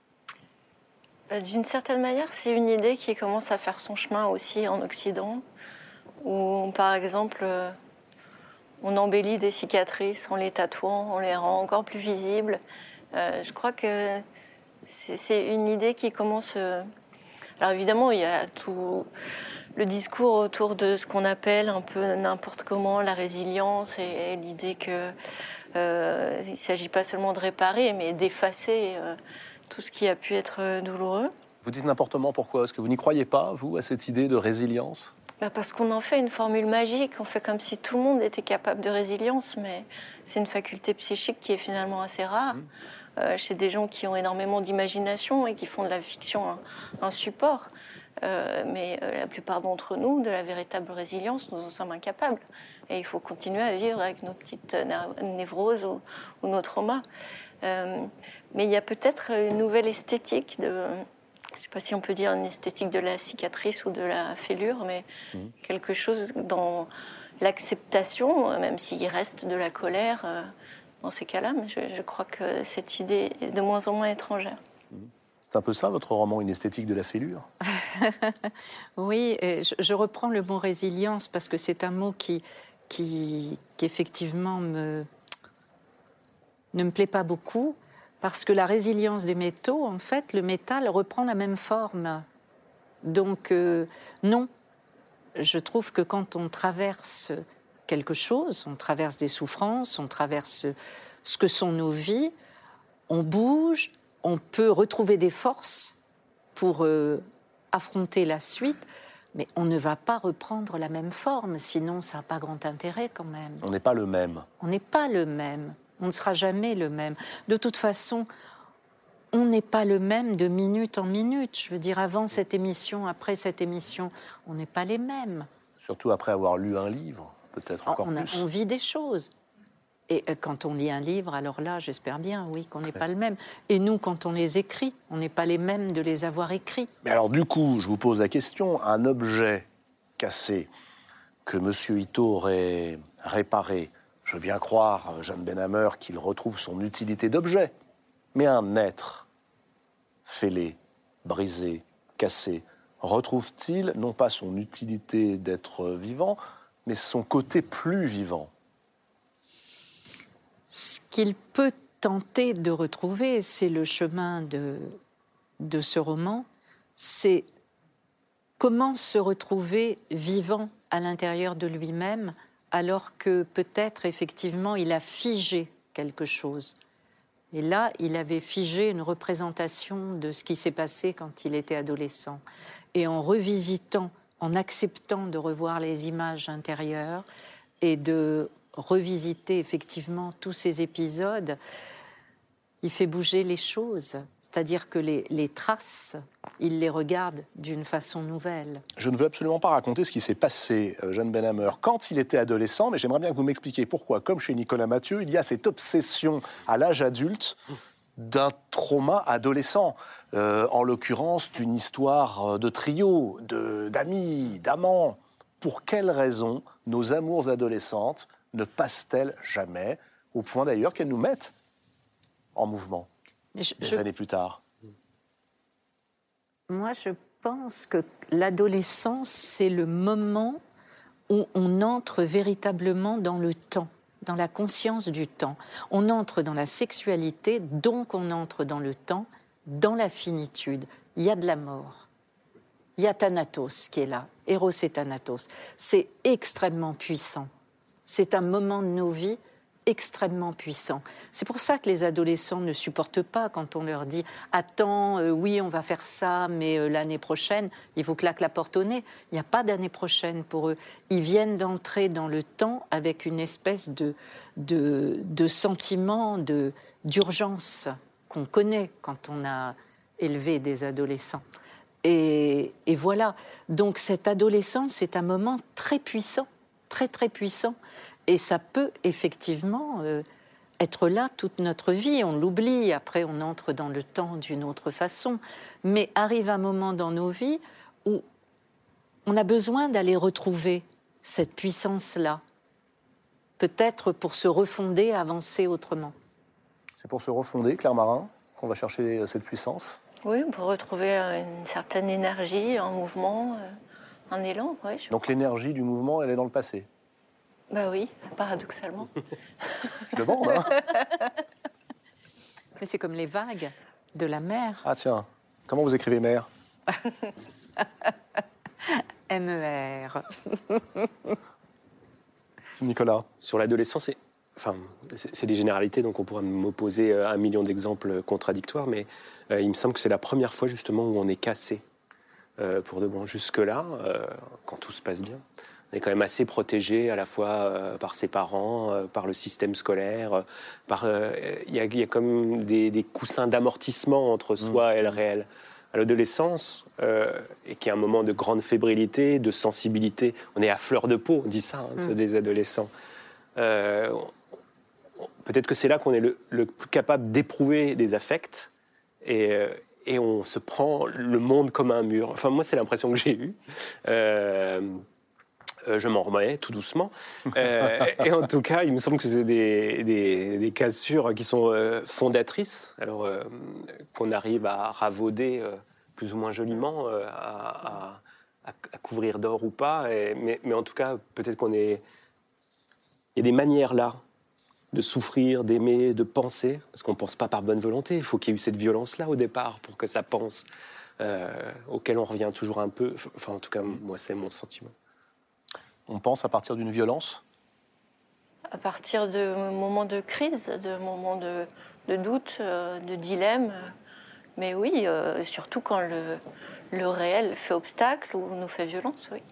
D'une certaine manière, c'est une idée qui commence à faire son chemin aussi en Occident, où, par exemple, on embellit des cicatrices en les tatouant, on les rend encore plus visibles. Euh, je crois que c'est une idée qui commence... Alors évidemment, il y a tout... le discours autour de ce qu'on appelle un peu n'importe comment la résilience et, et l'idée que euh, il ne s'agit pas seulement de réparer, mais d'effacer euh, tout ce qui a pu être douloureux. Vous dites n'importe comment, pourquoi ? Est-ce que vous n'y croyez pas, vous, à cette idée de résilience ? Bah parce qu'on en fait une formule magique, on fait comme si tout le monde était capable de résilience, mais c'est une faculté psychique qui est finalement assez rare. Mmh. euh, chez des gens qui ont énormément d'imagination et qui font de la fiction un, un support. Euh, mais euh, la plupart d'entre nous, de la véritable résilience, nous en sommes incapables. Et il faut continuer à vivre avec nos petites névroses ou, ou nos traumas. Euh, mais il y a peut-être une nouvelle esthétique de... Je ne sais pas si on peut dire une esthétique de la cicatrice ou de la fêlure, mais mmh. quelque chose dans l'acceptation, même s'il reste de la colère euh, dans ces cas-là. Mais je, je crois que cette idée est de moins en moins étrangère. C'est un peu ça, votre roman, une esthétique de la fêlure? Oui, je, je reprends le mot résilience parce que c'est un mot qui, qui, qui effectivement me, ne me plaît pas beaucoup. Parce que la résilience des métaux, en fait, le métal reprend la même forme. Donc, euh, non. Je trouve que quand on traverse quelque chose, on traverse des souffrances, on traverse ce que sont nos vies, on bouge, on peut retrouver des forces pour euh, affronter la suite, mais on ne va pas reprendre la même forme, sinon ça n'a pas grand intérêt quand même. On n'est pas le même. On n'est pas le même. On ne sera jamais le même. De toute façon, on n'est pas le même de minute en minute. Je veux dire, avant cette émission, après cette émission, on n'est pas les mêmes. Surtout après avoir lu un livre, peut-être encore on a, plus. On vit des choses. Et quand on lit un livre, alors là, j'espère bien, oui, qu'on n'est pas le même. Et nous, quand on les écrit, on n'est pas les mêmes de les avoir écrits. Mais alors, du coup, je vous pose la question, un objet cassé que M. Ito aurait réparé, je veux bien croire, Jeanne Benhammer, qu'il retrouve son utilité d'objet. Mais un être fêlé, brisé, cassé, retrouve-t-il non pas son utilité d'être vivant, mais son côté plus vivant? Ce qu'il peut tenter de retrouver, c'est le chemin de, de ce roman, c'est comment se retrouver vivant à l'intérieur de lui-même, alors que peut-être, effectivement, il a figé quelque chose. Et là, il avait figé une représentation de ce qui s'est passé quand il était adolescent. Et en revisitant, en acceptant de revoir les images intérieures et de revisiter effectivement tous ces épisodes, il fait bouger les choses. C'est-à-dire que les, les traces, il les regarde d'une façon nouvelle. Je ne veux absolument pas raconter ce qui s'est passé, euh, Jeanne Benhammer, quand il était adolescent, mais j'aimerais bien que vous m'expliquiez pourquoi, comme chez Nicolas Mathieu, il y a cette obsession à l'âge adulte d'un trauma adolescent. Euh, en l'occurrence, d'une histoire de trio, de, d'amis, d'amants. Pour quelles raisons nos amours adolescentes ne passent-elles jamais, au point d'ailleurs qu'elles nous mettent en mouvement je, des je... années plus tard? Moi, je pense que l'adolescence, c'est le moment où on entre véritablement dans le temps, dans la conscience du temps. On entre dans la sexualité, donc on entre dans le temps, dans la finitude. Il y a de la mort. Il y a Thanatos qui est là, Eros et Thanatos. C'est extrêmement puissant. C'est un moment de nos vies extrêmement puissant. C'est pour ça que les adolescents ne supportent pas quand on leur dit « Attends, euh, oui, on va faire ça, mais euh, l'année prochaine, il vous claque la porte au nez. » Il n'y a pas d'année prochaine pour eux. Ils viennent d'entrer dans le temps avec une espèce de, de, de sentiment de, d'urgence qu'on connaît quand on a élevé des adolescents. Et, et voilà. Donc cette adolescence, c'est un moment très puissant, très très puissant. Et ça peut effectivement euh, être là toute notre vie. On l'oublie, après on entre dans le temps d'une autre façon. Mais arrive un moment dans nos vies où on a besoin d'aller retrouver cette puissance-là. Peut-être pour se refonder, avancer autrement. C'est pour se refonder, Claire Marin, qu'on va chercher cette puissance? Oui, pour retrouver une certaine énergie, un mouvement, un élan. Oui, donc l'énergie du mouvement, elle est dans le passé? Bah oui, paradoxalement. Je le vends, hein. Mais c'est comme les vagues de la mer. Ah tiens, comment vous écrivez mer? M E R. Nicolas? Sur l'adolescence, c'est, enfin, c'est, c'est des généralités, donc on pourrait m'opposer un million d'exemples contradictoires, mais euh, il me semble que c'est la première fois justement où on est cassé euh, pour de bon. Jusque-là, euh, quand tout se passe bien, On est quand même assez protégé à la fois euh, par ses parents, euh, par le système scolaire. Euh, par, euh, y a, y a comme des, des coussins d'amortissement entre soi mmh. et le réel. À l'adolescence, euh, et qui est un moment de grande fébrilité, de sensibilité, on est à fleur de peau, on dit ça, hein, mmh. ceux des adolescents. Euh, peut-être que c'est là qu'on est le, le plus capable d'éprouver les affects et, euh, et on se prend le monde comme un mur. Enfin, moi, c'est l'impression que j'ai eue. Euh, Euh, je m'en remets tout doucement. Euh, et en tout cas, il me semble que c'est des, des, des cassures qui sont euh, fondatrices, alors euh, qu'on arrive à ravauder euh, plus ou moins joliment, euh, à, à, à couvrir d'or ou pas. Et, mais, mais en tout cas, peut-être qu'on est... Il y a des manières là de souffrir, d'aimer, de penser, parce qu'on ne pense pas par bonne volonté. Il faut qu'il y ait eu cette violence-là au départ pour que ça pense, euh, auquel on revient toujours un peu. Enfin, en tout cas, moi, c'est mon sentiment. On pense à partir d'une violence ? À partir de moments de crise, de moments de, de doute, euh, de dilemme. Mais oui, euh, surtout quand le, le réel fait obstacle ou nous fait violence, oui.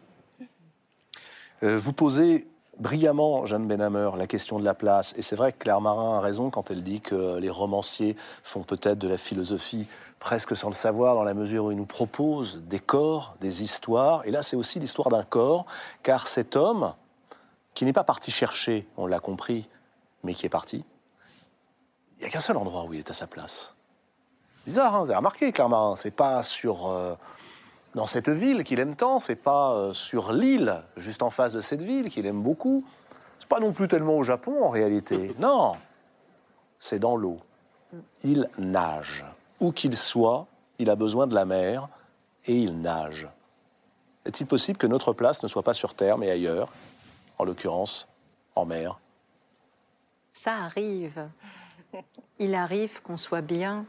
Euh, vous posez brillamment, Jeanne Benhammer, la question de la place. Et c'est vrai que Claire Marin a raison quand elle dit que les romanciers font peut-être de la philosophie presque sans le savoir, dans la mesure où ils nous proposent des corps, des histoires. Et là, c'est aussi l'histoire d'un corps, car cet homme, qui n'est pas parti chercher, on l'a compris, mais qui est parti, il n'y a qu'un seul endroit où il est à sa place. Bizarre, hein, vous avez remarqué, Claire Marin, c'est pas sur... Euh, dans cette ville qu'il aime tant, c'est pas euh, sur l'île, juste en face de cette ville, qu'il aime beaucoup. C'est pas non plus tellement au Japon, en réalité. Non, c'est dans l'eau. Il nage. Où qu'il soit, il a besoin de la mer et il nage. Est-il possible que notre place ne soit pas sur Terre, mais ailleurs, en l'occurrence, en mer ? Ça arrive. Il arrive qu'on soit bien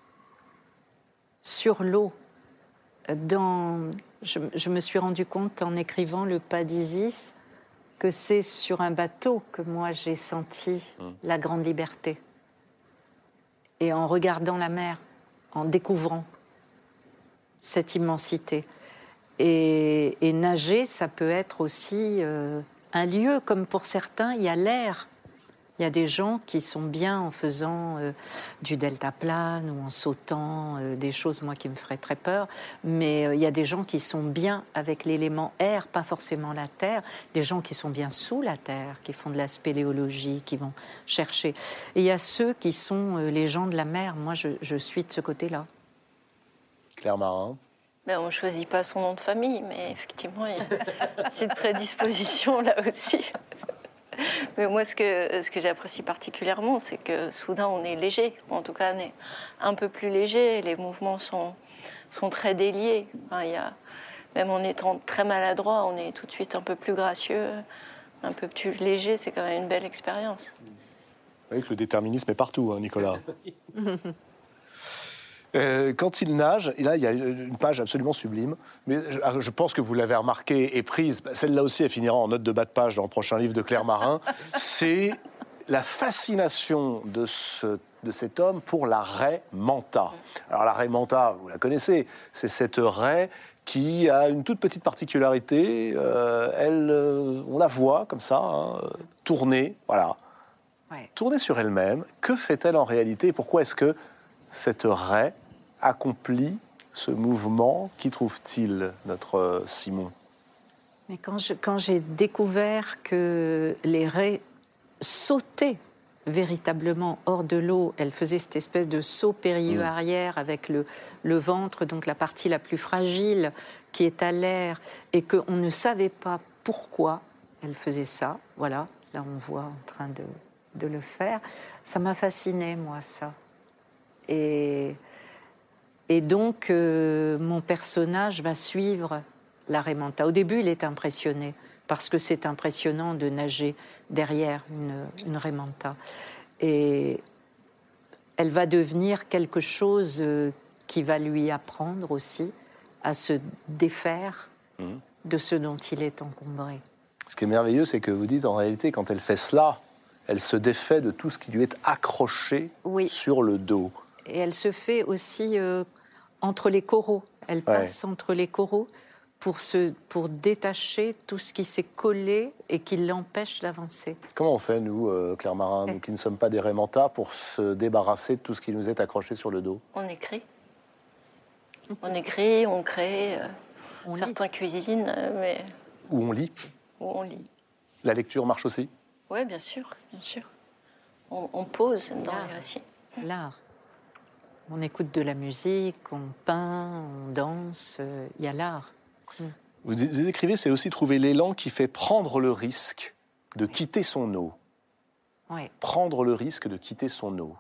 sur l'eau. Dans... Je, je me suis rendu compte en écrivant Le Pas d'Isis que c'est sur un bateau que moi j'ai senti mmh. la grande liberté. Et en regardant la mer, en découvrant cette immensité. Et, et nager, ça peut être aussi euh, un lieu, comme pour certains, il y a l'air. Il y a des gens qui sont bien en faisant euh, du deltaplane ou en sautant, euh, des choses, moi, qui me feraient très peur. Mais euh, il y a des gens qui sont bien avec l'élément air, pas forcément la terre. Des gens qui sont bien sous la terre, qui font de la spéléologie, qui vont chercher. Et il y a ceux qui sont euh, les gens de la mer. Moi, je, je suis de ce côté-là. Claire Marin. Ben, on ne choisit pas son nom de famille, mais effectivement, il y a une petite prédisposition là aussi. Mais moi, ce que, ce que j'apprécie particulièrement, c'est que soudain, on est léger. En tout cas, on est un peu plus léger. Les mouvements sont, sont très déliés. Enfin, il y a, même en étant très maladroit, on est tout de suite un peu plus gracieux, un peu plus léger. C'est quand même une belle expérience. Vous voyez que le déterminisme est partout, hein, Nicolas. Euh, quand il nage, et là il y a une page absolument sublime, mais je, je pense que vous l'avez remarqué et prise, celle-là aussi elle finira en note de bas de page dans le prochain livre de Claire Marin, c'est la fascination de, ce, de cet homme pour la raie manta. Alors la raie manta, vous la connaissez, c'est cette raie qui a une toute petite particularité, euh, elle, euh, on la voit comme ça, hein, tourner, voilà, ouais. tourner sur elle-même. Que fait-elle en réalité? Pourquoi est-ce que cette raie accomplit ce mouvement? Qui trouve-t-il, notre Simon? Mais quand, je, quand j'ai découvert que les raies sautaient véritablement hors de l'eau, elles faisaient cette espèce de saut périlleux mmh. arrière avec le, le ventre, donc la partie la plus fragile qui est à l'air, et qu'on ne savait pas pourquoi elles faisaient ça. Voilà, là on voit en train de, de le faire. Ça m'a fascinée, moi, ça. Et, et donc, euh, mon personnage va suivre la raie manta. Au début, il est impressionné, parce que c'est impressionnant de nager derrière une, une raie manta. Et elle va devenir quelque chose euh, qui va lui apprendre aussi à se défaire mmh. de ce dont il est encombré. Ce qui est merveilleux, c'est que vous dites, en réalité, quand elle fait cela, elle se défait de tout ce qui lui est accroché oui. sur le dos. Et elle se fait aussi euh, entre les coraux. Elle passe ouais. entre les coraux pour, se, pour détacher tout ce qui s'est collé et qui l'empêche d'avancer. Comment on fait, nous, euh, Claire Marin, nous qui ne sommes pas des Rémentats, pour se débarrasser de tout ce qui nous est accroché sur le dos? On écrit. On écrit, on crée. Euh, On certains lit. cuisinent, euh, mais Ou on lit? ou on lit. La lecture marche aussi? Oui, bien sûr, bien sûr. On, on pose dans Ah. les récits. L'art. On écoute de la musique, on peint, on danse, il euh, y a l'art. Vous, vous écrivez, c'est aussi trouver l'élan qui fait prendre le risque de quitter son eau. Oui, Prendre le risque de quitter son eau.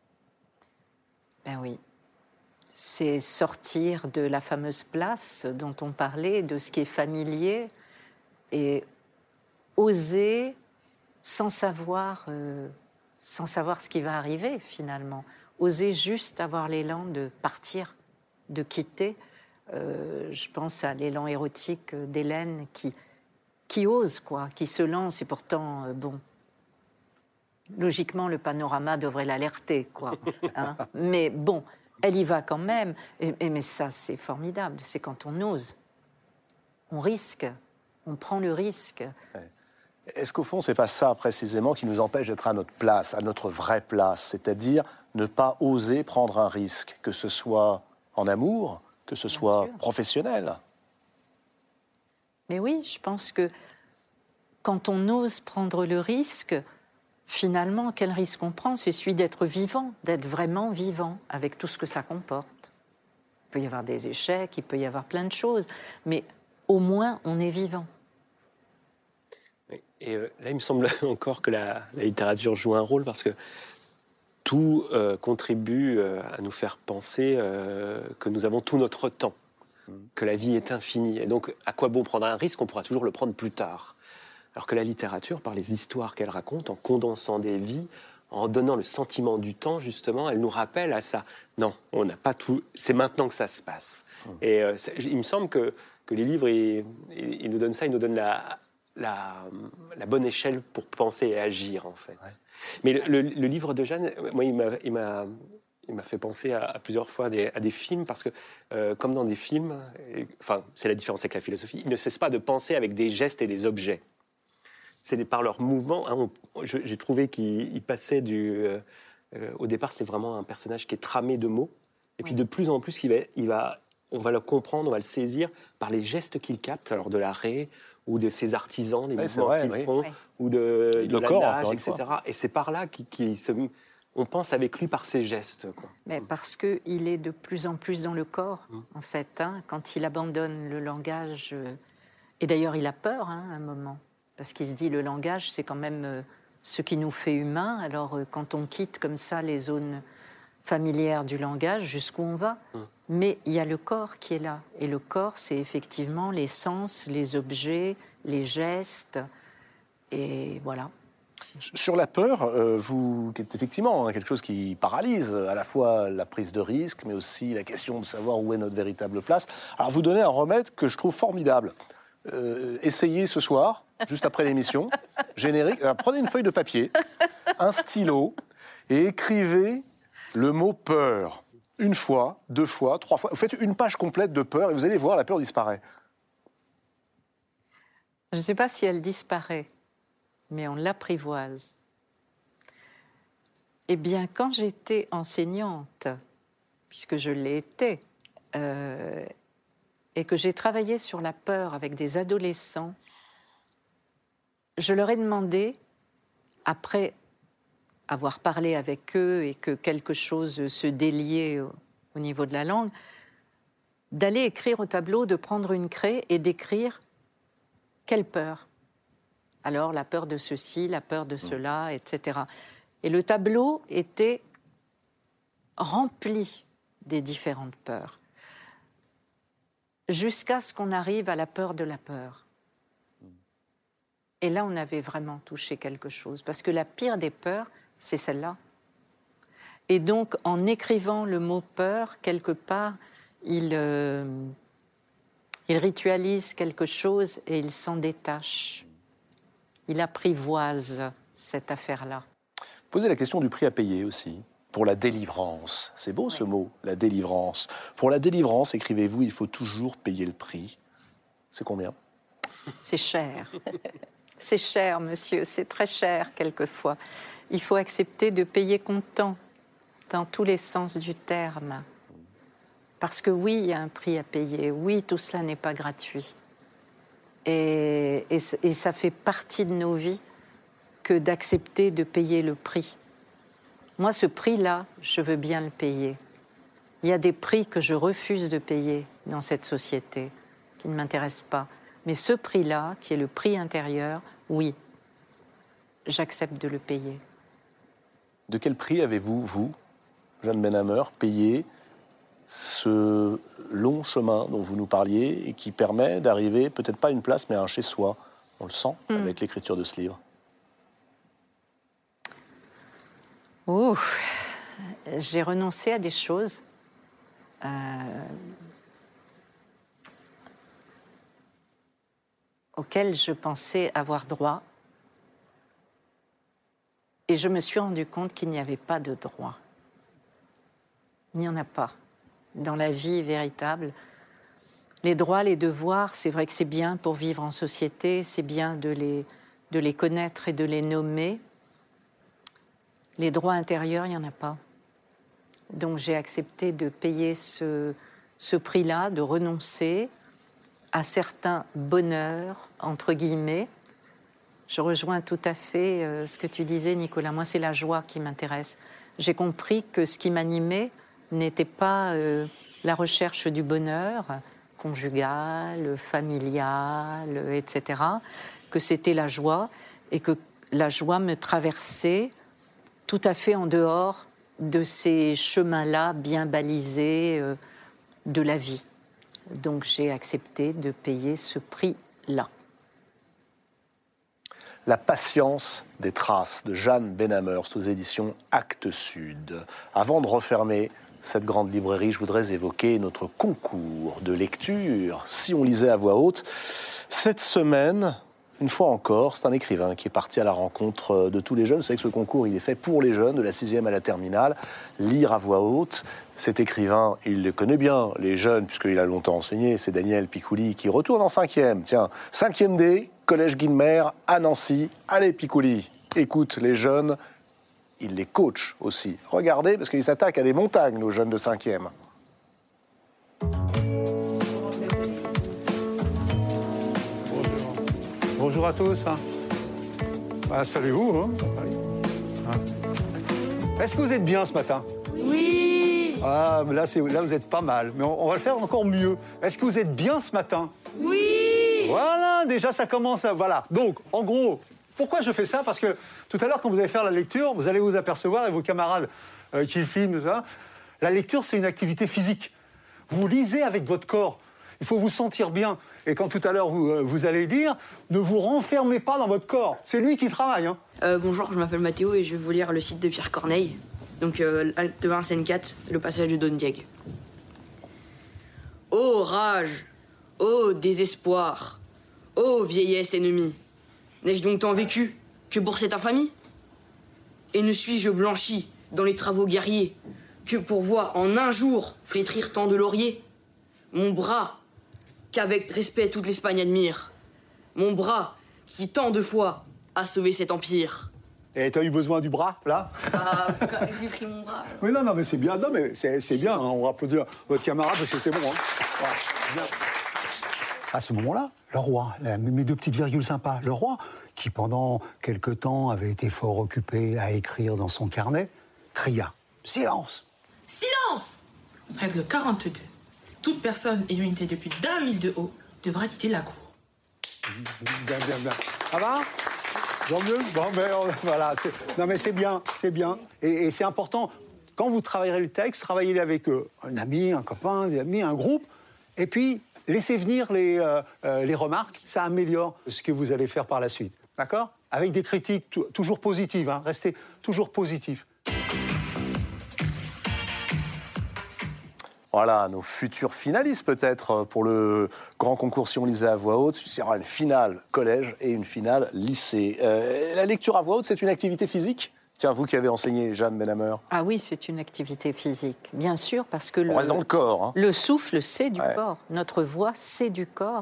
ben oui. C'est sortir de la fameuse place dont on parlait, de ce qui est familier, et oser sans savoir, euh, sans savoir ce qui va arriver finalement. Oser juste avoir l'élan de partir, de quitter. Euh, je pense à l'élan érotique d'Hélène qui, qui ose, quoi, qui se lance, et pourtant, euh, bon, logiquement, le panorama devrait l'alerter, quoi. Hein. Mais bon, elle y va quand même. Et, et, mais ça, c'est formidable. C'est quand on ose. On risque. On prend le risque. Est-ce qu'au fond, c'est pas ça précisément qui nous empêche d'être à notre place, à notre vraie place, c'est-à-dire ne pas oser prendre un risque, que ce soit en amour, que ce Bien soit sûr. professionnel? Mais oui, je pense que quand on ose prendre le risque, finalement, quel risque on prend? C'est celui d'être vivant, d'être vraiment vivant, avec tout ce que ça comporte. Il peut y avoir des échecs, il peut y avoir plein de choses, mais au moins, on est vivant. Et euh, là, il me semble encore que la, la littérature joue un rôle parce que tout euh, contribue euh, à nous faire penser euh, que nous avons tout notre temps, que la vie est infinie. Et donc, à quoi bon prendre un risque? On pourra toujours le prendre plus tard. Alors que la littérature, par les histoires qu'elle raconte, en condensant des vies, en donnant le sentiment du temps, justement, elle nous rappelle à ça. Non, on n'a pas tout. C'est maintenant que ça se passe. Et euh, c'est- il me semble que, que les livres, ils, ils- ils nous donnent ça, ils nous donnent la, la, la bonne échelle pour penser et agir, en fait. Ouais. Mais le, le- le livre de Jeanne, moi, il m'a, il m'a, il m'a fait penser à, à plusieurs fois des- à des films, parce que, euh, comme dans des films, et- enfin, c'est la différence avec la philosophie, ils ne cessent pas de penser avec des gestes et des objets. C'est par leurs mouvements. Hein, on- je- j'ai trouvé qu'il il passait du. euh, euh, au départ, c'est vraiment un personnage qui est tramé de mots. Et puis Oui. de plus en plus, il va, il va, on va le comprendre, on va le saisir par les gestes qu'il capte, alors de l'arrêt ou de ses artisans, les Oui, c'est mouvements vrai, qu'ils oui. font, Oui. ou de, Et de le la corps, nage, encore une et cetera. fois. Et c'est par là qu'il qu'il se, on pense avec lui par ses gestes, quoi. Mais parce qu'il est de plus en plus dans le corps, en fait. Hein, quand il abandonne le langage. euh, Et d'ailleurs, il a peur, hein, à un moment. Parce qu'il se dit, le langage, c'est quand même euh, ce qui nous fait humains. Alors, euh, quand on quitte comme ça les zones familières du langage, jusqu'où on va? Mais il y a le corps qui est là. Et le corps, c'est effectivement les sens, les objets, les gestes. Et voilà. Sur la peur, euh, vous, qui est effectivement hein, quelque chose qui paralyse à la fois la prise de risque, mais aussi la question de savoir où est notre véritable place. Alors, vous donnez un remède que je trouve formidable. Euh, essayez ce soir, juste après l'émission, générique. Alors, prenez une feuille de papier, un stylo, et écrivez le mot peur. Une fois, deux fois, trois fois. Vous faites une page complète de peur et vous allez voir, la peur disparaît. Je ne sais pas si elle disparaît, mais on l'apprivoise. Eh bien, quand j'étais enseignante, puisque je l'ai été, euh, et que j'ai travaillé sur la peur avec des adolescents, je leur ai demandé, après avoir parlé avec eux et que quelque chose se déliait au, au niveau de la langue, d'aller écrire au tableau, de prendre une craie et d'écrire quelle peur. Alors, la peur de ceci, la peur de cela, et cetera. Et le tableau était rempli des différentes peurs, jusqu'à ce qu'on arrive à la peur de la peur. Et là, on avait vraiment touché quelque chose, parce que la pire des peurs, c'est celle-là. Et donc, en écrivant le mot peur, quelque part, il, euh, il ritualise quelque chose et il s'en détache. Il apprivoise cette affaire-là. Posez la question du prix à payer aussi, pour la délivrance. C'est beau ce mot, la délivrance. Pour la délivrance, écrivez-vous, il faut toujours payer le prix. C'est combien? C'est cher. C'est cher, monsieur, c'est très cher quelquefois. Il faut accepter de payer comptant, dans tous les sens du terme. Parce que oui, il y a un prix à payer. Oui, tout cela n'est pas gratuit. Et, et, et ça fait partie de nos vies que d'accepter de payer le prix. Moi, ce prix-là, je veux bien le payer. Il y a des prix que je refuse de payer dans cette société, qui ne m'intéressent pas. Mais ce prix-là, qui est le prix intérieur, oui, j'accepte de le payer. De quel prix avez-vous, vous, Jeanne Benhamer, payé ce long chemin dont vous nous parliez et qui permet d'arriver, peut-être pas à une place, mais à un chez-soi? On le sent mmh. avec l'écriture de ce livre. Oh, j'ai renoncé à des choses. Euh, auxquelles je pensais avoir droit. Et je me suis rendu compte qu'il n'y avait pas de droit. Il n'y en a pas. Dans la vie véritable, les droits, les devoirs, c'est vrai que c'est bien pour vivre en société, c'est bien de les, de les connaître et de les nommer. Les droits intérieurs, il n'y en a pas. Donc j'ai accepté de payer ce, ce prix-là, de renoncer à certains bonheurs, entre guillemets. Je rejoins tout à fait euh, ce que tu disais, Nicolas. Moi, c'est la joie qui m'intéresse. J'ai compris que ce qui m'animait n'était pas euh, la recherche du bonheur conjugal, familial, et cetera, que c'était la joie, et que la joie me traversait tout à fait en dehors de ces chemins-là bien balisés euh, de la vie. Donc j'ai accepté de payer ce prix-là. La patience des traces de Jeanne Benhamer, aux éditions Actes Sud. Avant de refermer cette grande librairie, je voudrais évoquer notre concours de lecture. Si on lisait à voix haute, cette semaine, une fois encore, c'est un écrivain qui est parti à la rencontre de tous les jeunes. Vous savez que ce concours, il est fait pour les jeunes, de la sixième à la terminale. Lire à voix haute. Cet écrivain, il le connaît bien, les jeunes, puisqu'il a longtemps enseigné. C'est Daniel Picouli qui retourne en cinquième. Tiens, cinquième D, Collège Guilmer à Nancy. Allez, Picouli, écoute les jeunes, il les coach aussi. Regardez, parce qu'ils s'attaquent à des montagnes, nos jeunes de cinquième. Bonjour à tous. Ah, salut-vous. Hein. Est-ce que vous êtes bien ce matin? Oui. Ah, mais là, c'est, là, vous êtes pas mal. Mais on, on va le faire encore mieux. Est-ce que vous êtes bien ce matin? Oui. Voilà, déjà, ça commence à... Voilà. Donc, en gros, pourquoi je fais ça? Parce que tout à l'heure, quand vous allez faire la lecture, vous allez vous apercevoir, et vos camarades euh, qui le filment, ça, la lecture, c'est une activité physique. Vous lisez avec votre corps. Il faut vous sentir bien. Et quand tout à l'heure, vous, euh, vous allez dire, ne vous renfermez pas dans votre corps. C'est lui qui travaille. Hein. Euh, bonjour, je m'appelle Mathéo et je vais vous lire le site de Pierre Corneille. Donc, euh, acte vingt, scène quatre, le passage de Don Diego. Ô rage, ô désespoir, ô vieillesse ennemie, n'ai-je donc tant vécu que pour cette infamie? Et ne suis-je blanchi dans les travaux guerriers que pour voir en un jour flétrir tant de lauriers? Mon bras, qu'avec respect toute l'Espagne admire. Mon bras, qui tant de fois a sauvé cet empire. Et t'as eu besoin du bras, là? Ah, j'ai pris mon bras. Oui, non, non, mais c'est bien, non, mais c'est, c'est bien, hein, on va applaudir votre camarade parce que c'était bon. Hein. Voilà, bien. À ce moment-là, le roi, mes deux petites virgules sympas, le roi, qui pendant quelque temps avait été fort occupé à écrire dans son carnet, cria « Silence !» Silence! Règle quarante-deux. Toute personne ayant une tête de plus d'un mille de haut devra quitter la cour. Bien, bien, bien. Ça va? Tant mieux. Bon, mais on, voilà. C'est, non, mais c'est bien, c'est bien. Et, et c'est important. Quand vous travaillerez le texte, travaillez avec euh, un ami, un copain, des amis, un groupe. Et puis, laissez venir les, euh, euh, les remarques. Ça améliore ce que vous allez faire par la suite. D'accord? Avec des critiques t- toujours positives. Hein. Restez toujours positifs. Voilà, nos futurs finalistes peut-être pour le grand concours Si on lisait à voix haute. Il y aura une finale collège et une finale lycée. Euh, la lecture à voix haute, c'est une activité physique? Tiens, vous qui avez enseigné, Jeanne Benhamer. Ah oui, c'est une activité physique, bien sûr, parce que on le, reste dans le corps. Hein. Le souffle, c'est du ouais. corps. Notre voix, c'est du corps.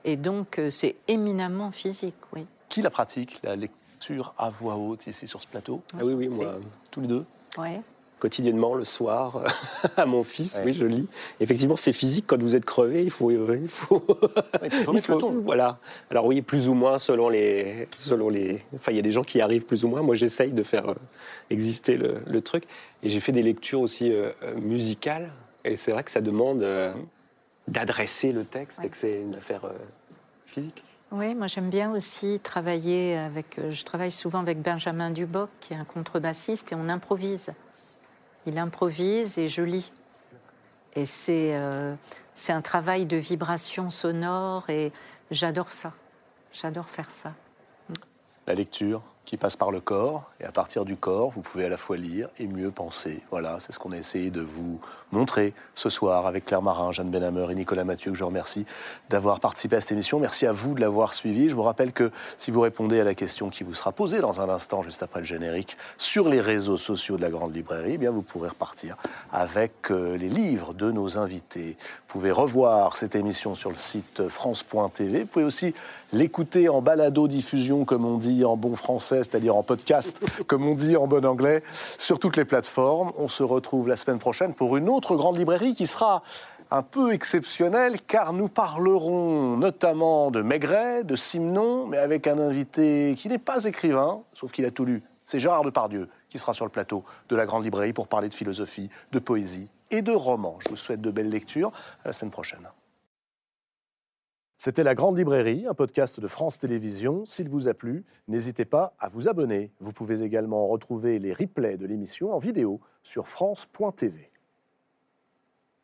Et donc, euh, c'est éminemment physique, oui. Qui la pratique, la lecture à voix haute, ici sur ce plateau? Ah oui, oui, moi, tous les deux? Oui. Quotidiennement, le soir, à mon fils, Ouais. oui, je lis. Effectivement, c'est physique. Quand vous êtes crevé, il faut... Il faut, il faut mettre le ton. Voilà. Alors oui, plus ou moins, selon les... Selon les... Enfin, il y a des gens qui y arrivent plus ou moins. Moi, j'essaye de faire euh, exister le, le truc. Et j'ai fait des lectures aussi euh, musicales. Et c'est vrai que ça demande euh, d'adresser le texte Ouais. et que c'est une affaire euh, physique. Oui, moi j'aime bien aussi travailler avec... Je travaille souvent avec Benjamin Duboc, qui est un contrebassiste, et on improvise. Il improvise et je lis. Et c'est, euh, c'est un travail de vibration sonore et j'adore ça. J'adore faire ça. La lecture qui passe par le corps, et à partir du corps, vous pouvez à la fois lire et mieux penser. Voilà, c'est ce qu'on a essayé de vous montrer ce soir avec Claire Marin, Jeanne Benhammer et Nicolas Mathieu, que je remercie d'avoir participé à cette émission. Merci à vous de l'avoir suivi. Je vous rappelle que si vous répondez à la question qui vous sera posée dans un instant, juste après le générique, sur les réseaux sociaux de la Grande Librairie, eh bien vous pourrez repartir avec euh, les livres de nos invités. Vous pouvez revoir cette émission sur le site france point t v. Vous pouvez aussi l'écouter en balado-diffusion, comme on dit en bon français, c'est-à-dire en podcast, comme on dit en bon anglais, sur toutes les plateformes. On se retrouve la semaine prochaine pour une autre grande librairie qui sera un peu exceptionnelle, car nous parlerons notamment de Maigret, de Simenon, mais avec un invité qui n'est pas écrivain, sauf qu'il a tout lu. C'est Gérard Depardieu qui sera sur le plateau de la grande librairie pour parler de philosophie, de poésie et de romans. Je vous souhaite de belles lectures. À la semaine prochaine. C'était La Grande Librairie, un podcast de France Télévisions. S'il vous a plu, n'hésitez pas à vous abonner. Vous pouvez également retrouver les replays de l'émission en vidéo sur france point t v.